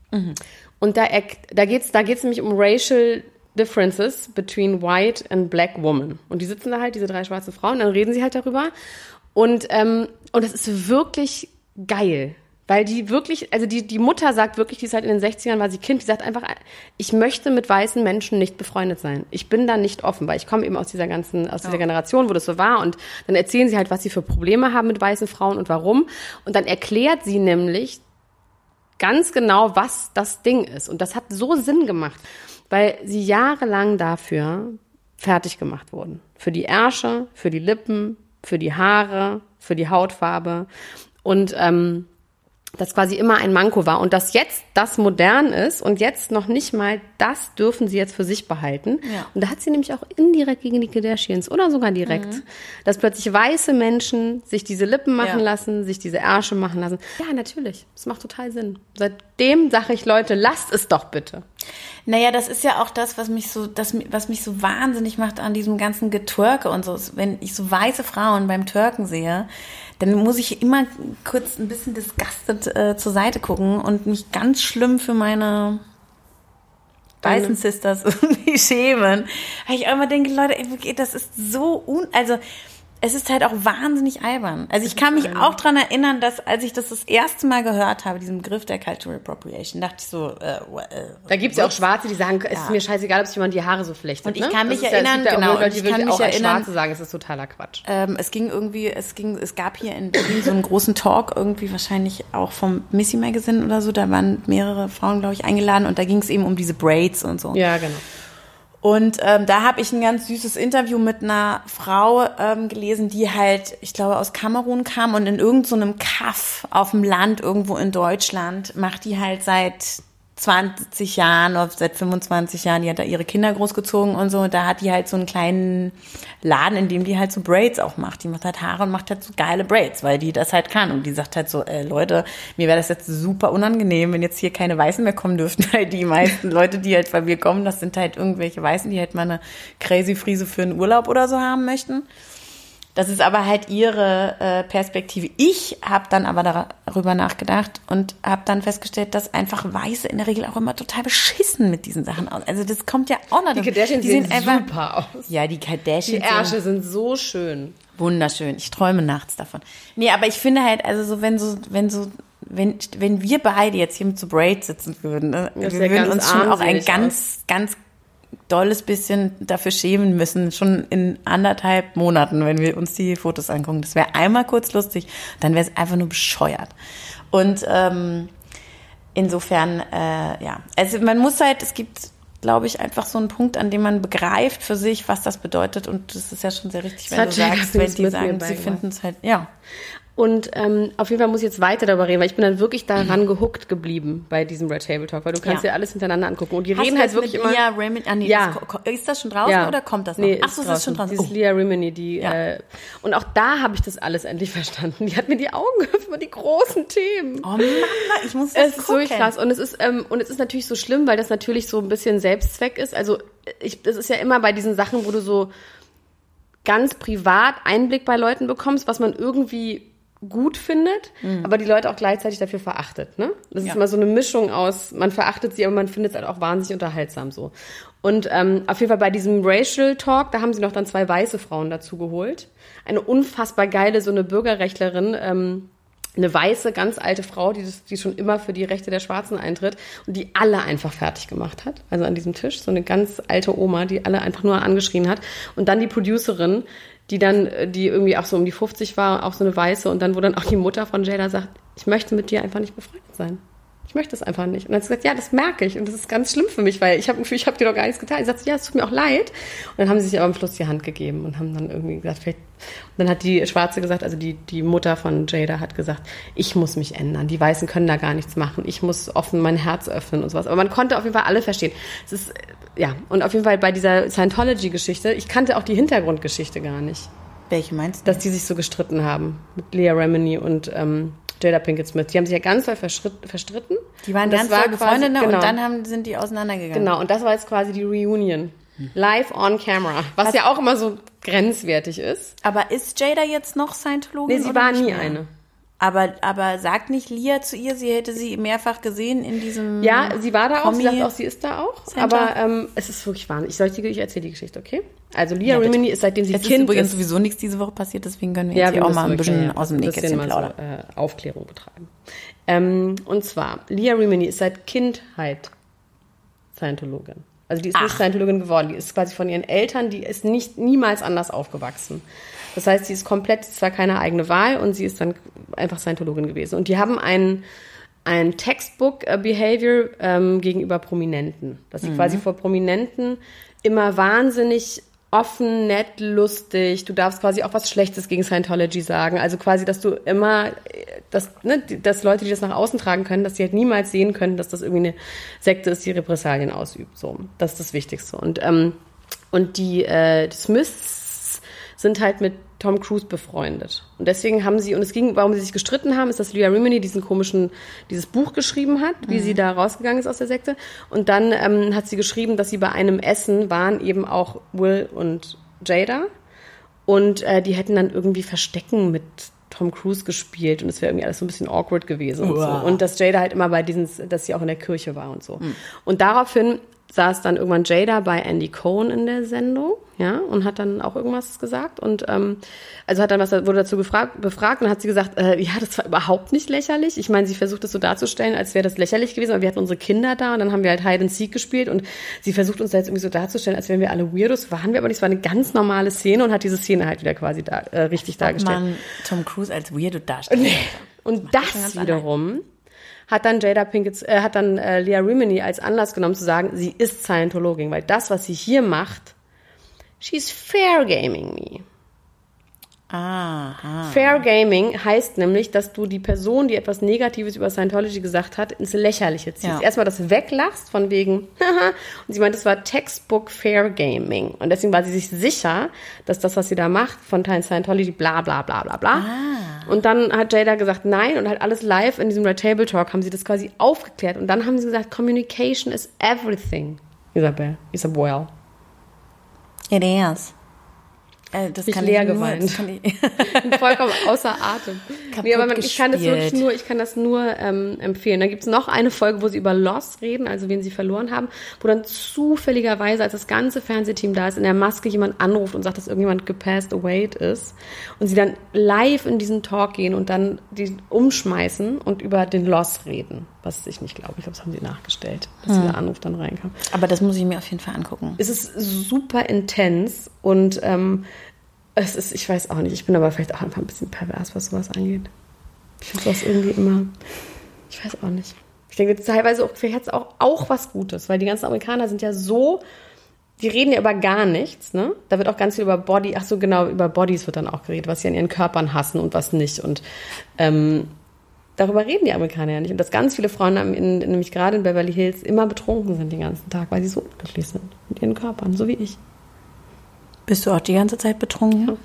Und da, er- da geht's, da geht's nämlich um racial differences between white and black women. Und die sitzen da halt, diese drei schwarzen Frauen, dann reden sie halt darüber. Und, ähm, und das ist wirklich geil. Weil die wirklich, also die, die Mutter sagt wirklich, die ist halt in den sechzigern, war sie Kind, die sagt einfach, ich möchte mit weißen Menschen nicht befreundet sein. Ich bin da nicht offen, weil ich komme eben aus dieser ganzen, aus dieser Generation, wo das so war. Und dann erzählen sie halt, was sie für Probleme haben mit weißen Frauen und warum. Und dann erklärt sie nämlich ganz genau, was das Ding ist. Und das hat so Sinn gemacht, weil sie jahrelang dafür fertig gemacht wurden. Für die Ärsche, für die Lippen, für die Haare, für die Hautfarbe. Und ähm, das quasi immer ein Manko war und dass jetzt das modern ist und jetzt noch nicht mal das dürfen sie jetzt für sich behalten. Ja. Und da hat sie nämlich auch indirekt gegen die Kardashians oder sogar direkt, mhm. dass plötzlich weiße Menschen sich diese Lippen machen ja. lassen, sich diese Ärsche machen lassen. Ja, natürlich. Das macht total Sinn. Seitdem sage ich, Leute, lasst es doch bitte. Naja, das ist ja auch das, was mich so, das, was mich so wahnsinnig macht an diesem ganzen Getwerke und so. Wenn ich so weiße Frauen beim Twerken sehe, dann muss ich immer kurz ein bisschen disgusted äh, zur Seite gucken und mich ganz schlimm für meine weißen Sisters irgendwie schämen. Weil ich auch immer denke, Leute, ey, das ist so un... Also, es ist halt auch wahnsinnig albern. Also ich kann mich auch dran erinnern, dass als ich das das erste Mal gehört habe, diesen Begriff der Cultural Appropriation, dachte ich so, äh, äh, da gibt's ja auch Schwarze, die sagen, es ja. ist mir scheißegal, ob sich jemand die Haare so flechtet. Und ich ne? kann mich das erinnern, ja, genau, Leute, und ich kann mich auch erinnern, Schwarze sagen, es ist totaler Quatsch. Ähm, es ging irgendwie, es ging, es gab hier in Berlin so einen großen Talk, irgendwie wahrscheinlich auch vom Missy Magazine oder so, da waren mehrere Frauen, glaube ich, eingeladen und da ging es eben um diese Braids und so. Ja, genau. Und ähm, da habe ich ein ganz süßes Interview mit einer Frau ähm, gelesen, die halt, ich glaube, aus Kamerun kam und in irgendeinem so Kaff auf dem Land irgendwo in Deutschland macht die halt seit zwanzig Jahren oder seit fünfundzwanzig Jahren, die hat da ihre Kinder großgezogen und so, und da hat die halt so einen kleinen Laden, in dem die halt so Braids auch macht. Die macht halt Haare und macht halt so geile Braids, weil die das halt kann. Und die sagt halt so, äh, Leute, mir wäre das jetzt super unangenehm, wenn jetzt hier keine Weißen mehr kommen dürften, weil die meisten Leute, die halt bei mir kommen, das sind halt irgendwelche Weißen, die halt mal eine crazy Friese für einen Urlaub oder so haben möchten. Das ist aber halt ihre äh, Perspektive. Ich habe dann aber darüber nachgedacht und habe dann festgestellt, dass einfach Weiße in der Regel auch immer total beschissen mit diesen Sachen aus. Also das kommt ja auch noch. Die Kardashians sehen einfach super aus. Ja, die Kardashians. Die Ärsche sind so schön. Wunderschön. Ich träume nachts davon. Nee, aber ich finde halt, also so, wenn so, wenn so, wenn, wenn wir beide jetzt hier mit so Braids sitzen würden, ne, wir würden uns schon auch ein ganz, aus. ganz dolles bisschen dafür schämen müssen, schon in anderthalb Monaten, wenn wir uns die Fotos angucken. Das wäre einmal kurz lustig, dann wäre es einfach nur bescheuert. Und ähm, insofern, äh, ja, also man muss halt, es gibt, glaube ich, einfach so einen Punkt, an dem man begreift für sich, was das bedeutet, und das ist ja schon sehr richtig, wenn du sagst, wenn die sagen, sie finden es halt, ja. Und ähm, auf jeden Fall muss ich jetzt weiter darüber reden, weil ich bin dann wirklich daran gehuckt geblieben bei diesem Red Table Talk, weil du kannst ja. dir alles hintereinander angucken. Und die Hast reden halt wirklich mit immer... Leah Remini, ah, nee, ja. das, ist das schon draußen ja. oder kommt das noch? Nee, Ach so, das ist schon draußen. Das ist Leah Remini, die... Ja. Äh, und auch da habe ich das alles endlich verstanden. Die hat mir die Augen geöffnet über die großen Themen. Oh Mann, ich muss das Es ist wirklich krass. Und es ist, ähm, und es ist natürlich so schlimm, weil das natürlich so ein bisschen Selbstzweck ist. Also ich, das ist ja immer bei diesen Sachen, wo du so ganz privat Einblick bei Leuten bekommst, was man irgendwie gut findet, mhm. aber die Leute auch gleichzeitig dafür verachtet. Ne? Das ja. ist immer so eine Mischung aus, man verachtet sie, aber man findet es halt auch wahnsinnig unterhaltsam so. Und ähm, auf jeden Fall bei diesem Racial Talk, da haben sie noch dann zwei weiße Frauen dazu geholt. Eine unfassbar geile, so eine Bürgerrechtlerin, ähm, eine weiße, ganz alte Frau, die, das, die schon immer für die Rechte der Schwarzen eintritt und die alle einfach fertig gemacht hat. Also an diesem Tisch, so eine ganz alte Oma, die alle einfach nur angeschrien hat. Und dann die Producerin, die dann, die irgendwie auch so um die fünfzig war, auch so eine Weiße, und dann, wo dann auch die Mutter von Jada sagt, ich möchte mit dir einfach nicht befreundet sein. Ich möchte das einfach nicht. Und dann hat sie gesagt, ja, das merke ich und das ist ganz schlimm für mich, weil ich habe ein Gefühl, ich habe dir doch gar nichts getan. Ich sagte, ja, es tut mir auch leid. Und dann haben sie sich aber am Schluss die Hand gegeben und haben dann irgendwie gesagt, vielleicht. Und dann hat die Schwarze gesagt, also die, die Mutter von Jada hat gesagt, ich muss mich ändern. Die Weißen können da gar nichts machen. Ich muss offen mein Herz öffnen und sowas. Aber man konnte auf jeden Fall alle verstehen. Es ist, ja, und auf jeden Fall bei dieser Scientology-Geschichte, ich kannte auch die Hintergrundgeschichte gar nicht. Welche meinst du? Dass die sich so gestritten haben mit Leah Remini und ähm, Jada Pinkett Smith. Die haben sich ja ganz doll verstritten. Die waren ganz doll befreundet, genau. Und dann haben, sind die auseinandergegangen. Genau, und das war jetzt quasi die Reunion. Live on camera. Was, was ja auch immer so grenzwertig ist. Aber ist Jada jetzt noch Scientologin? Nee, sie war nie eine. Aber, aber sagt nicht Leah zu ihr, sie hätte sie mehrfach gesehen in diesem Ja, sie war da auch, sie Kommi- sagt auch, sie ist da auch. Center. Aber ähm, es ist wirklich wahnsinnig. Ich, soll die, ich erzähle die Geschichte, okay? Also Leah ja, Remini ist, seitdem sie Jetzt Kind ist übrigens ist, sowieso nichts diese Woche passiert, deswegen können wir ja, jetzt wir hier auch mal ein wirklich, bisschen ja, aus dem Nähkästchen plaudern. So, äh, Aufklärung betreiben. Ähm, und zwar, Leah Remini ist seit Kindheit Scientologin. Also die ist Ach. nicht Scientologin geworden, die ist quasi von ihren Eltern, die ist nicht niemals anders aufgewachsen. Das heißt, sie ist komplett, es war keine eigene Wahl und sie ist dann einfach Scientologin gewesen. Und die haben ein, ein Textbook-Behavior ähm, gegenüber Prominenten. Dass sie mhm. quasi vor Prominenten immer wahnsinnig offen, nett, lustig, du darfst quasi auch was Schlechtes gegen Scientology sagen. Also quasi, dass du immer dass, ne, dass Leute, die das nach außen tragen können, dass sie halt niemals sehen können, dass das irgendwie eine Sekte ist, die Repressalien ausübt. So, das ist das Wichtigste. Und, ähm, und die, äh, die Smiths sind halt mit Tom Cruise befreundet. Und deswegen haben sie, und es ging, warum sie sich gestritten haben, ist, dass Leah Remini diesen komischen, dieses Buch geschrieben hat, wie mhm. sie da rausgegangen ist aus der Sekte. Und dann ähm, hat sie geschrieben, dass sie bei einem Essen waren eben auch Will und Jada. Und äh, die hätten dann irgendwie Verstecken mit Tom Cruise gespielt und es wäre irgendwie alles so ein bisschen awkward gewesen und Uah. so. Und dass Jada halt immer bei diesen, dass sie auch in der Kirche war und so. Mhm. Und daraufhin saß dann irgendwann Jada bei Andy Cohen in der Sendung, ja, und hat dann auch irgendwas gesagt und ähm, also hat dann was, wurde dazu gefragt, befragt und hat sie gesagt, äh, ja, das war überhaupt nicht lächerlich. Ich meine, sie versucht das so darzustellen, als wäre das lächerlich gewesen, aber wir hatten unsere Kinder da und dann haben wir halt Hide and Seek gespielt und sie versucht uns da jetzt irgendwie so darzustellen, als wären wir alle Weirdos, waren wir aber nicht. Es war eine ganz normale Szene und hat diese Szene halt wieder quasi da, äh, richtig dargestellt. Man Tom Cruise als Weirdo darstellt. Und das, das wiederum allein. hat dann Jada Pinkett, äh, hat dann äh, Leah Remini als Anlass genommen zu sagen, sie ist Scientologin, weil das, was sie hier macht, she's fair gaming me. Aha. Fair Gaming heißt nämlich, dass du die Person, die etwas Negatives über Scientology gesagt hat, ins Lächerliche ziehst. Ja. Erstmal das weglachst von wegen, haha, und sie meint, das war Textbook Fair Gaming. Und deswegen war sie sich sicher, dass das, was sie da macht, von Teilen Scientology, bla bla bla bla bla. Ah. Und dann hat Jada gesagt, nein, und halt alles live in diesem Red Table Talk haben sie das quasi aufgeklärt. Und dann haben sie gesagt, Communication is everything. Isabel, Isabel. It is. Äh, das ich kann leer ich nur, geweint. das kann ich vollkommen außer Atem. Nee, aber man, ich kann das wirklich nur, ich kann das nur ähm, empfehlen. Dann gibt's noch eine Folge, wo sie über Loss reden, also wen sie verloren haben, wo dann zufälligerweise, als das ganze Fernsehteam da ist, in der Maske jemand anruft und sagt, dass irgendjemand gepassed away ist und sie dann live in diesen Talk gehen und dann die umschmeißen und über den Loss reden. Was ich nicht glaube. Ich glaube, das haben sie nachgestellt, dass hm. dieser Anruf dann reinkam. Aber das muss ich mir auf jeden Fall angucken. Es ist super intens und ähm, es ist, ich weiß auch nicht, ich bin aber vielleicht auch einfach ein bisschen pervers, was sowas angeht. Ich finde sowas irgendwie immer, ich weiß auch nicht. Ich denke, teilweise auch, vielleicht hat es auch, auch was Gutes, weil die ganzen Amerikaner sind ja so, die reden ja über gar nichts, ne? Da wird auch ganz viel über Body, ach so genau, über Bodies wird dann auch geredet, was sie an ihren Körpern hassen und was nicht und ähm, darüber reden die Amerikaner ja nicht. Und dass ganz viele Frauen, in, nämlich gerade in Beverly Hills, immer betrunken sind den ganzen Tag, weil sie so unglücklich sind mit ihren Körpern, so wie ich. Bist du auch die ganze Zeit betrunken? Ja.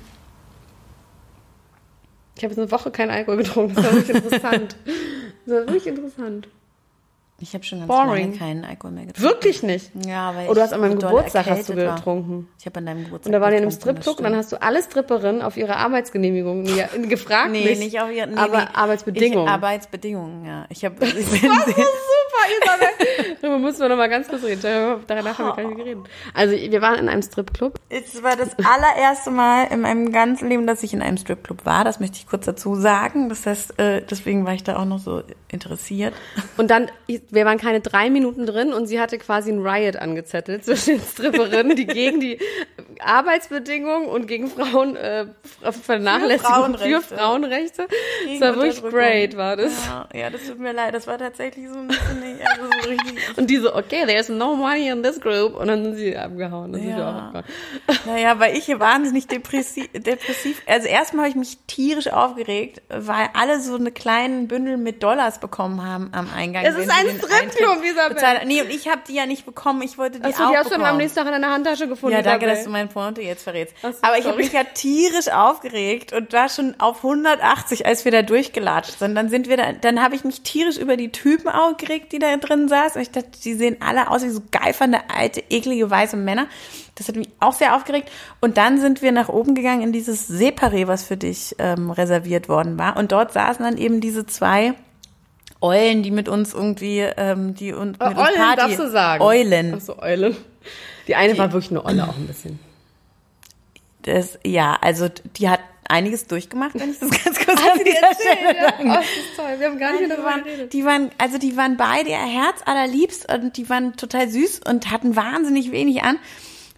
Ich habe jetzt eine Woche keinen Alkohol getrunken. Das war wirklich interessant. Das war wirklich interessant. Ich habe schon ganz Boring. lange keinen Alkohol mehr getrunken. Wirklich nicht? Ja, weil oh, du hast an meinem so Geburtstag hast du getrunken. War. Ich habe an deinem Geburtstag Und da waren wir in einem getrunken, Stripclub und dann hast du alle Stripperinnen auf ihre Arbeitsgenehmigung gefragt. Nee, mich, nicht auf ihre nee, aber nee. Arbeitsbedingungen. Ich, Arbeitsbedingungen, ja. Ich habe das war so super, Isabel. Darüber müssen wir noch mal ganz kurz reden. Danach haben wir gar nicht geredet. Also wir waren in einem Stripclub. Es war das allererste Mal in meinem ganzen Leben, dass ich in einem Stripclub war. Das möchte ich kurz dazu sagen. Das heißt, deswegen war ich da auch noch so interessiert. Und dann, wir waren keine drei Minuten drin und sie hatte quasi ein Riot angezettelt zwischen den Stripperinnen, die gegen die Arbeitsbedingungen und gegen Frauen äh, Vernachlässigung für Frauenrechte. Das war wirklich great, war das. Ja, ja, das tut mir leid. Das war tatsächlich so ein bisschen nicht, also so richtig. Und die so, okay, there's no money in this group. Und dann sind sie abgehauen. Das ja. ist ja auch abgehauen. Naja, weil ich hier wahnsinnig depressiv, depressiv, also erstmal habe ich mich tierisch aufgeregt, weil alle so eine kleinen Bündel mit Dollars bekommen haben am Eingang. Es ist ein Stripclub, Isabel. Nee, und ich habe die ja nicht bekommen, ich wollte die Achso, auch die hast bekommen. du am nächsten Tag in deiner Handtasche gefunden. Ja, danke, Isabel. dass du mein Pointe jetzt verrätst. So, aber ich sorry. habe mich ja tierisch aufgeregt und war schon auf hundertachtzig, als wir da durchgelatscht sind. Dann sind wir da, dann habe ich mich tierisch über die Typen aufgeregt, die da drin saßen. Und ich dachte, die sehen alle aus wie so geifernde, alte, eklige, weiße Männer. Das hat mich auch sehr aufgeregt. Und dann sind wir nach oben gegangen in dieses Separé, was für dich ähm, reserviert worden war. Und dort saßen dann eben diese zwei Eulen, die mit uns irgendwie, ähm, die und mit äh, uns Eulen Party. darfst du sagen. Eulen. Ach so, Eulen. Die eine Die, war wirklich eine Olle auch ein bisschen. Das, ja, also die hat einiges durchgemacht, wenn ich das ganz kurz Hat an sie dieser erzählt, Stelle ja? sagen. Oh, das ist toll. Wir haben gar nicht die darüber waren, geredet. die waren, also die waren beide ihr Herz allerliebst und die waren total süß und hatten wahnsinnig wenig an.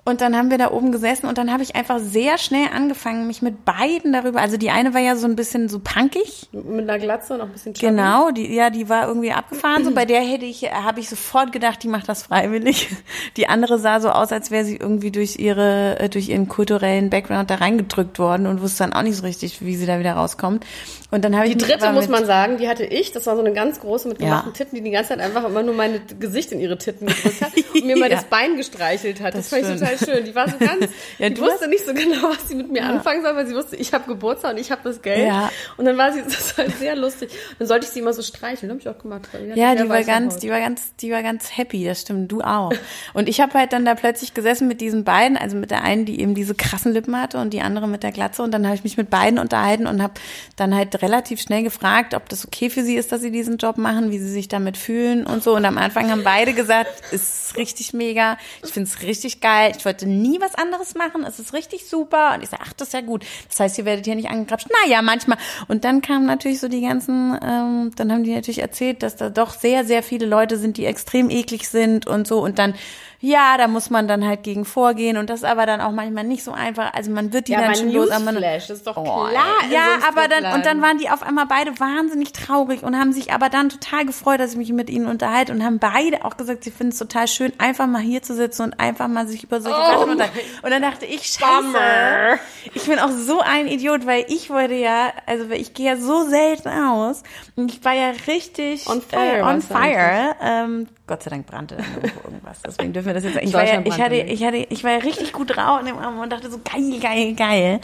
Und dann haben wir da oben gesessen und dann habe ich einfach sehr schnell angefangen, mich mit beiden darüber, also die eine war ja so ein bisschen so punkig. Mit einer Glatze und auch ein bisschen chubby. Genau, die, ja, die war irgendwie abgefahren. So bei der hätte ich, habe ich sofort gedacht, die macht das freiwillig. Die andere sah so aus, als wäre sie irgendwie durch ihre, durch ihren kulturellen Background da reingedrückt worden und wusste dann auch nicht so richtig, wie sie da wieder rauskommt. Und dann habe ich die dritte, muss man sagen, die hatte ich. Das war so eine ganz große mit gemachten ja. Titten, die die ganze Zeit einfach immer nur mein Gesicht in ihre Titten gedrückt hat und mir mal ja. das Bein gestreichelt hat. Das, das fand ich total schön. Die war so ganz, ja, die wusste nicht so genau, was sie mit mir ja. anfangen soll, weil sie wusste, ich habe Geburtstag und ich habe das Geld. Ja. Und dann war sie, das war sehr lustig. Und dann sollte ich sie immer so streicheln, habe ich auch gemacht. Die ja, die war ganz, die war ganz, die war ganz happy. Das stimmt, du auch. Und ich habe halt dann da plötzlich gesessen mit diesen beiden, also mit der einen, die eben diese krassen Lippen hatte und die andere mit der Glatze. Und dann habe ich mich mit beiden unterhalten und habe dann halt relativ schnell gefragt, ob das okay für sie ist, dass sie diesen Job machen, wie sie sich damit fühlen und so. Und am Anfang haben beide gesagt, es ist richtig mega, ich finde es richtig geil, ich wollte nie was anderes machen, es ist richtig super. Und ich sage, ach, das ist ja gut. Das heißt, ihr werdet hier nicht angegrapscht. Naja, manchmal. Und dann kamen natürlich so die ganzen, ähm, dann haben die natürlich erzählt, dass da doch sehr, sehr viele Leute sind, die extrem eklig sind und so. Und dann, ja, da muss man dann halt gegen vorgehen und das ist aber dann auch manchmal nicht so einfach. Also man wird die ja, dann schon los. Aber man, das ist doch oh, klar. Ja, aber dann, und dann waren die auf einmal beide wahnsinnig traurig und haben sich aber dann total gefreut, dass ich mich mit ihnen unterhalte und haben beide auch gesagt, sie finden es total schön, einfach mal hier zu sitzen und einfach mal sich über solche oh Sachen unterhalten. Und dann dachte ich, scheiße, ich bin auch so ein Idiot, weil ich wollte ja, also ich gehe ja so selten aus und ich war ja richtig on fire. Äh, on fire. Ähm, Gott sei Dank brannte dann irgendwo irgendwas. Deswegen dürfen wir das jetzt sagen. Ich war ja, ich hatte, ich hatte, ich war ja richtig gut drauf und dachte so geil, geil, geil.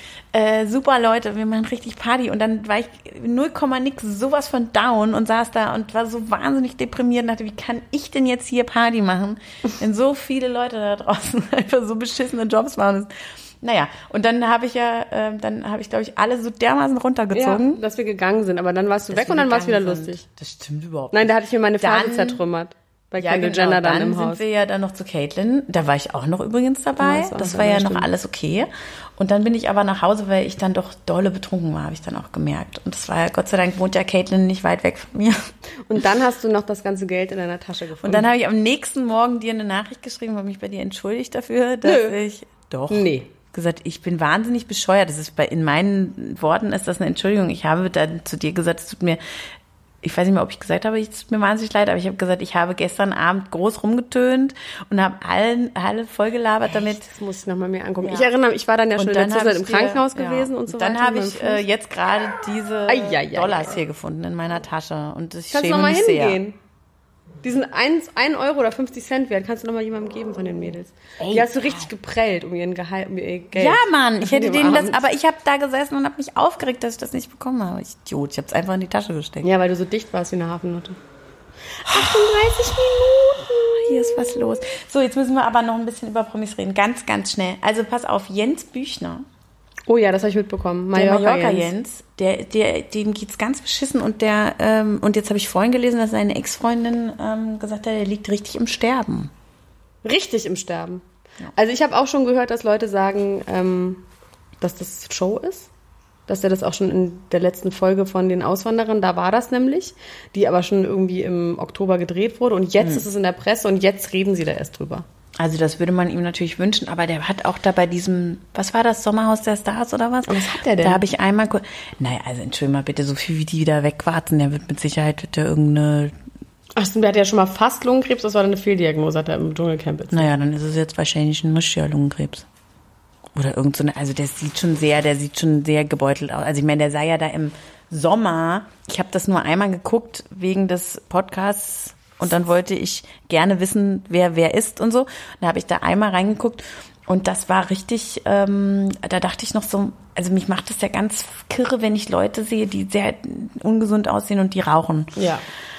Äh, super Leute, wir machen richtig Party. Und dann war ich null Komma nix sowas von down und saß da und war so wahnsinnig deprimiert und dachte, wie kann ich denn jetzt hier Party machen, wenn so viele Leute da draußen einfach so beschissene Jobs machen. Naja, und dann habe ich ja, äh, dann habe ich, glaube ich, alle so dermaßen runtergezogen. Ja, dass wir gegangen sind, aber dann warst du weg und dann war es wieder lustig. Das stimmt überhaupt nicht. Nein, da hatte ich mir meine Phase zertrümmert. Bei ja, Kendall genau, Jenner dann, dann im Haus. sind wir ja dann noch zu Caitlyn. Da war ich auch noch übrigens dabei. Ja, das, das war ja noch stimmt. alles okay. Und dann bin ich aber nach Hause, weil ich dann doch dolle betrunken war, habe ich dann auch gemerkt. Und das war ja, Gott sei Dank wohnt ja Caitlyn nicht weit weg von mir. Und dann hast du noch das ganze Geld in deiner Tasche gefunden. Und dann habe ich am nächsten Morgen dir eine Nachricht geschrieben, habe mich bei dir entschuldigt dafür, dass Nö. ich doch nee. gesagt, ich bin wahnsinnig bescheuert. Das ist bei, in meinen Worten ist das eine Entschuldigung. Ich habe dann zu dir gesagt, es tut mir Ich weiß nicht mehr, ob ich gesagt habe, es tut mir wahnsinnig leid, aber ich habe gesagt, ich habe gestern Abend groß rumgetönt und habe allen, alle vollgelabert damit. Das muss ich nochmal mir angucken. Ja. Ich erinnere mich, ich war dann ja schon in der Zeit im Krankenhaus dir, gewesen ja. und so dann weiter. Dann habe ich äh, jetzt gerade diese ai, ai, ai, Dollars ai. hier gefunden in meiner Tasche und ich Kannst schäme du noch mal mich hingehen? sehr. Die sind ein Euro oder fünfzig Cent wert. Kannst du noch mal jemandem geben von den Mädels? Ey, die hast du richtig geprellt um ihren Gehalt, um ihr Geld. Ja, Mann, ich hätte denen das, aber ich habe da gesessen und habe mich aufgeregt, dass ich das nicht bekommen habe. Ich Idiot, ich habe es einfach in die Tasche gesteckt. Ja, weil du so dicht warst wie eine Hafennutte. achtunddreißig Minuten. Hier ist was los. So, jetzt müssen wir aber noch ein bisschen über Promis reden. Ganz, ganz schnell. Also pass auf, Jens Büchner. Oh ja, das habe ich mitbekommen. Mallorca, der Mallorca Jens, Jens der, der, dem geht's ganz beschissen und der ähm, und jetzt habe ich vorhin gelesen, dass seine Ex-Freundin ähm, gesagt hat, er liegt richtig im Sterben. Richtig im Sterben. Ja. Also ich habe auch schon gehört, dass Leute sagen, ähm, dass das Show ist. Dass er das auch schon in der letzten Folge von den Auswanderern, da war das nämlich, die aber schon irgendwie im Oktober gedreht wurde und jetzt hm. ist es in der Presse und jetzt reden sie da erst drüber. Also das würde man ihm natürlich wünschen, aber der hat auch da bei diesem, was war das, Sommerhaus der Stars oder was? Und was hat der denn? Da habe ich einmal, naja, also entschuldigung mal bitte, so viel wie die wieder wegwarten, der wird mit Sicherheit wird der irgendeine... Ach stimmt, der hat ja schon mal fast Lungenkrebs, das war dann eine Fehldiagnose, hat er im Dschungelcamp jetzt. Naja, dann ist es jetzt wahrscheinlich ein Mischjahr-Lungenkrebs. Oder irgend so eine, also der sieht schon sehr, der sieht schon sehr gebeutelt aus. Also ich meine, der sah ja da im Sommer, ich habe das nur einmal geguckt wegen des Podcasts, und dann wollte ich gerne wissen, wer wer ist und so. Da habe ich da einmal reingeguckt und das war richtig, ähm, da dachte ich noch so, also mich macht das ja ganz kirre, wenn ich Leute sehe, die sehr ungesund aussehen und die rauchen. Ja.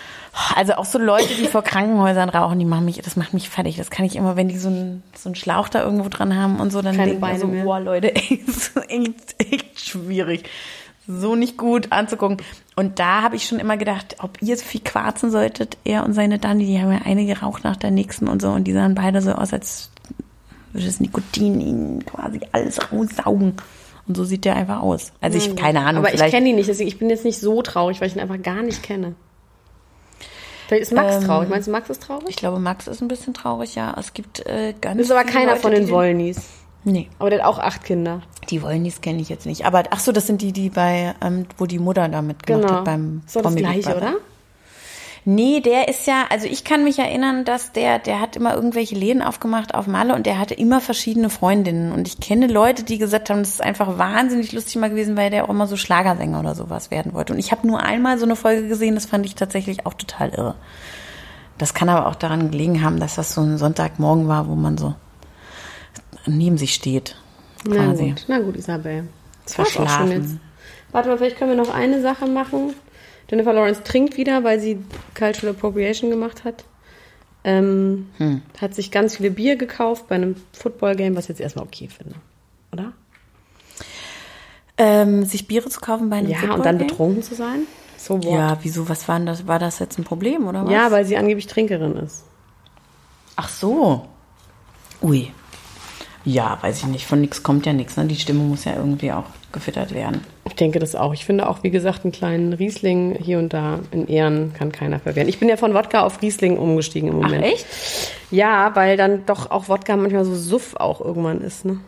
Also auch so Leute, die vor Krankenhäusern rauchen, die machen mich, das macht mich fertig. Das kann ich immer, wenn die so einen so einen Schlauch da irgendwo dran haben und so, dann denke ich so, boah Leute, ey, das ist echt, echt schwierig. So nicht gut anzugucken. Und da habe ich schon immer gedacht, ob ihr so viel quarzen solltet, er und seine Dani, die haben ja eine geraucht nach der nächsten und so und die sahen beide so aus, als würde das Nikotin ihnen quasi alles raussaugen. Und so sieht der einfach aus. Also ich, keine Ahnung. Aber ich kenne ihn nicht, deswegen ich bin jetzt nicht so traurig, weil ich ihn einfach gar nicht kenne. Vielleicht ist Max Ähm, traurig. Meinst du, Max ist traurig? Ich glaube, Max ist ein bisschen traurig, ja. Es gibt äh, ganz Das ist aber viele keiner Leute, von den die Wollnies. Nee, Aber der hat auch acht Kinder. die Wollnies kenne ich jetzt nicht. Aber ach so, das sind die, die bei, ähm, wo die Mutter da mitgemacht Genau. hat beim Ist doch das Promi Big Gleiche, Brother. oder? Nee, der ist ja, also ich kann mich erinnern, dass der, der hat immer irgendwelche Läden aufgemacht auf Malle und der hatte immer verschiedene Freundinnen. Und ich kenne Leute, die gesagt haben, das ist einfach wahnsinnig lustig mal gewesen, weil der auch immer so Schlagersänger oder sowas werden wollte. Und ich habe nur einmal so eine Folge gesehen, das fand ich tatsächlich auch total irre. Das kann aber auch daran gelegen haben, dass das so ein Sonntagmorgen war, wo man so neben sich steht. Na Quasi. gut, na gut, Isabel. Das war's auch schon Verschlafen. jetzt. Warte mal, vielleicht können wir noch eine Sache machen. Jennifer Lawrence trinkt wieder, weil sie Cultural Appropriation gemacht hat. Ähm, Hm. Hat sich ganz viele Bier gekauft bei einem Football-Game, was ich jetzt erstmal okay finde. Oder? Ähm, sich Biere zu kaufen bei einem Ja, und dann Football-Game? betrunken zu sein? So what? Ja, wieso, was war denn das? War das jetzt ein Problem, oder was? Ja, weil sie angeblich Trinkerin ist. Ach so. Ui. Ja, weiß ich nicht. Von nichts kommt ja nichts. Ne? Die Stimmung muss ja irgendwie auch gefüttert werden. Ich denke das auch. Ich finde auch, wie gesagt, einen kleinen Riesling hier und da in Ehren kann keiner verwehren. Ich bin ja von Wodka auf Riesling umgestiegen im Moment. echt? Ja, weil dann doch auch Wodka manchmal so Suff auch irgendwann ist, ne?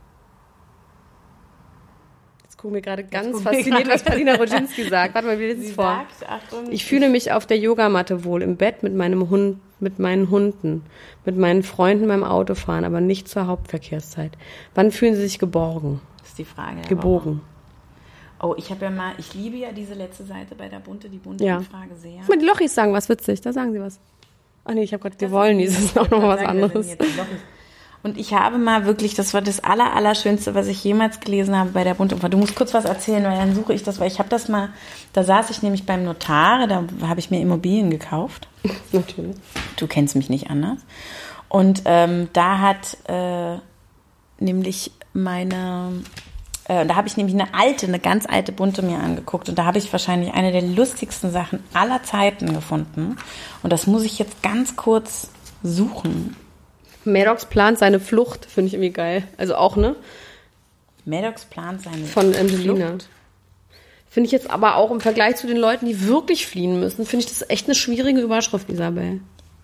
Jetzt gucken wir gerade ganz gucken wir fasziniert, gerade. was Paulina Rodzinski sagt. Warte mal, wie lesen es vor? Achtung, Ich fühle mich auf der Yogamatte wohl, im Bett mit meinem Hund, mit meinen Hunden, mit meinen Freunden beim Autofahren, aber nicht zur Hauptverkehrszeit. Wann fühlen Sie sich geborgen? Das ist die Frage. der Gebogen. Woche. Oh, ich habe ja mal, ich liebe ja diese letzte Seite bei der Bunte, die Bunte Ja. die Frage sehr. Guck mal, die Lochis sagen was witzig, da sagen sie was. Ach nee, ich habe gerade die Wollnies, das ist auch noch mal was Sagen, das sind anderes. jetzt die Lochis. Und ich habe mal wirklich, das war das aller, Allerschönste, was ich jemals gelesen habe bei der Bunte. Du musst kurz was erzählen, weil dann suche ich das, weil ich habe das mal, da saß ich nämlich beim Notar, da habe ich mir Immobilien gekauft. Natürlich. Du kennst mich nicht anders. Und ähm, da hat äh, nämlich meine, äh, da habe ich nämlich eine alte, eine ganz alte Bunte mir angeguckt und da habe ich wahrscheinlich eine der lustigsten Sachen aller Zeiten gefunden. Und das muss ich jetzt ganz kurz suchen. Maddox plant seine Flucht, finde ich irgendwie geil. Also auch, ne? Maddox plant seine Von Angelina. Flucht. Finde ich jetzt aber auch im Vergleich zu den Leuten, die wirklich fliehen müssen, finde ich das echt eine schwierige Überschrift, Isabel.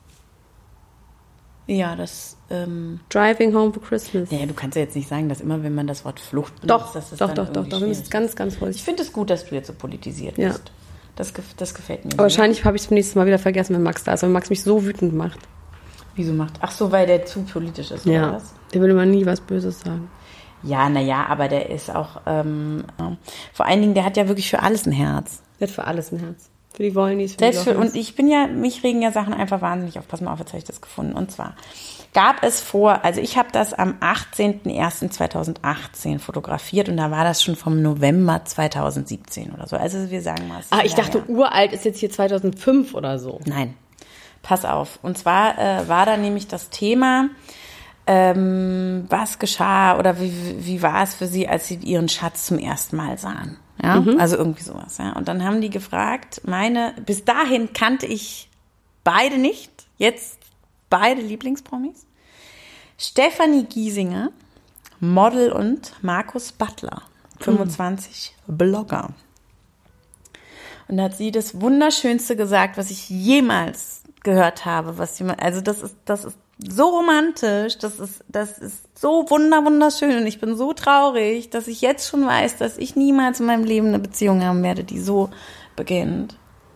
Ja, das, ähm, Driving home for Christmas. ja, du kannst ja jetzt nicht sagen, dass immer, wenn man das Wort Flucht benutzt, Doch, dass das doch, dann doch, doch, irgendwie doch. Wir müssen schwierig ganz, ganz ist. Ich vorsichtig. finde es gut, dass du jetzt so politisiert Ja. bist. Das, gef- das gefällt mir. Aber sehr. wahrscheinlich habe ich es beim nächsten Mal wieder vergessen, wenn Max da ist, weil Max mich so wütend macht. Wieso macht? Ach so, weil der zu politisch ist, oder Ja. was? Der will immer nie was Böses sagen. Ja, naja, aber der ist auch, ähm, vor allen Dingen, der hat ja wirklich für alles ein Herz. Der hat für alles ein Herz. Für die Wollnies, für Selbst die für, Lochis. und ich bin ja, mich regen ja Sachen einfach wahnsinnig auf. Pass mal auf, jetzt habe ich das gefunden. Und zwar gab es vor, also ich habe das am achtzehnten ersten zweitausendachtzehn fotografiert und da war das schon vom November zweitausendsiebzehn oder so. Also wir sagen mal. es ist Ah, ich ein Jahr dachte, her. uralt ist jetzt hier zweitausendfünf oder so. Nein, pass auf. Und zwar äh, war da nämlich das Thema, ähm, was geschah oder wie, wie war es für sie, als sie ihren Schatz zum ersten Mal sahen. Ja, also irgendwie sowas. Ja. Und dann haben die gefragt, meine, bis dahin kannte ich beide nicht, jetzt beide Lieblingspromis. Stefanie Giesinger, Model, und Markus Butler, fünfundzwanzig, Blogger. Und da hat sie das Wunderschönste gesagt, was ich jemals gehört habe, was jemand, also das ist, das ist so romantisch, das ist, das ist so wunder, wunderschön und ich bin so traurig, dass ich jetzt schon weiß, dass ich niemals in meinem Leben eine Beziehung haben werde, die so beginnt.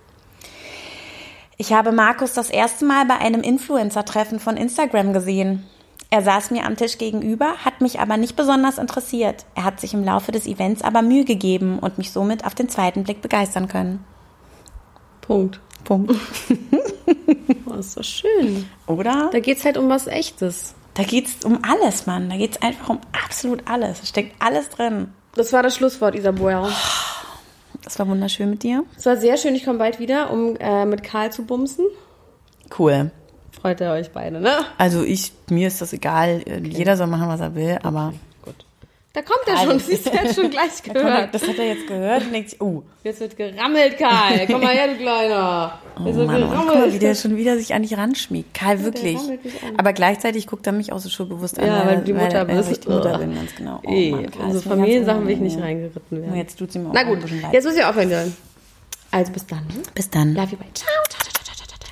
Ich habe Markus das erste Mal bei einem Influencer-Treffen von Instagram gesehen. Er saß mir am Tisch gegenüber, hat mich aber nicht besonders interessiert. Er hat sich im Laufe des Events aber Mühe gegeben und mich somit auf den zweiten Blick begeistern können. Punkt. Punkt. Oh, ist doch schön. Oder? Da geht's halt um was Echtes. Da geht's um alles, Mann. Da geht's einfach um absolut alles. Da steckt alles drin. Das war das Schlusswort, Isabel. Das war wunderschön mit dir. Es war sehr schön, ich komme bald wieder, um äh, mit Karl zu bumsen. Cool. Freut ihr euch beide, ne? Also ich, mir ist das egal. Jeder soll machen, was er will, aber... Gut. Da kommt er schon, siehst du, jetzt schon gleich gehört. Das hat er jetzt gehört und denkt sich, oh, Jetzt wird gerammelt, Karl. Komm mal her, du Kleiner. oh Jetzt wird Mann, oh, guck mal, gerammelt. wie der schon wieder sich an dich ranschmiegt. Karl, wirklich. rammelt mich an. Aber gleichzeitig guckt er mich auch so schuldbewusst an. Ja, weil du die Mutter weil, bist. Weil ich die Mutter bin, ganz genau. Oh, Ey, Mann, Karl, unsere ist mir ganz Familiensachen will ich nicht unangenehm. reingeritten werden. Und jetzt tut sie mir auch Na ein gut, bisschen leid. jetzt muss ich aufhören. Also bis dann. Bis dann. Love you, bye. Ciao, ciao, ciao, ciao, ciao, ciao.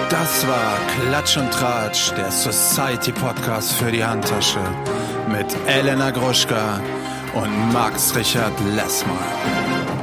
Das war Klatsch und Tratsch, der Society-Podcast für die Handtasche mit Elena Gruschka und Max Richard Lessmann.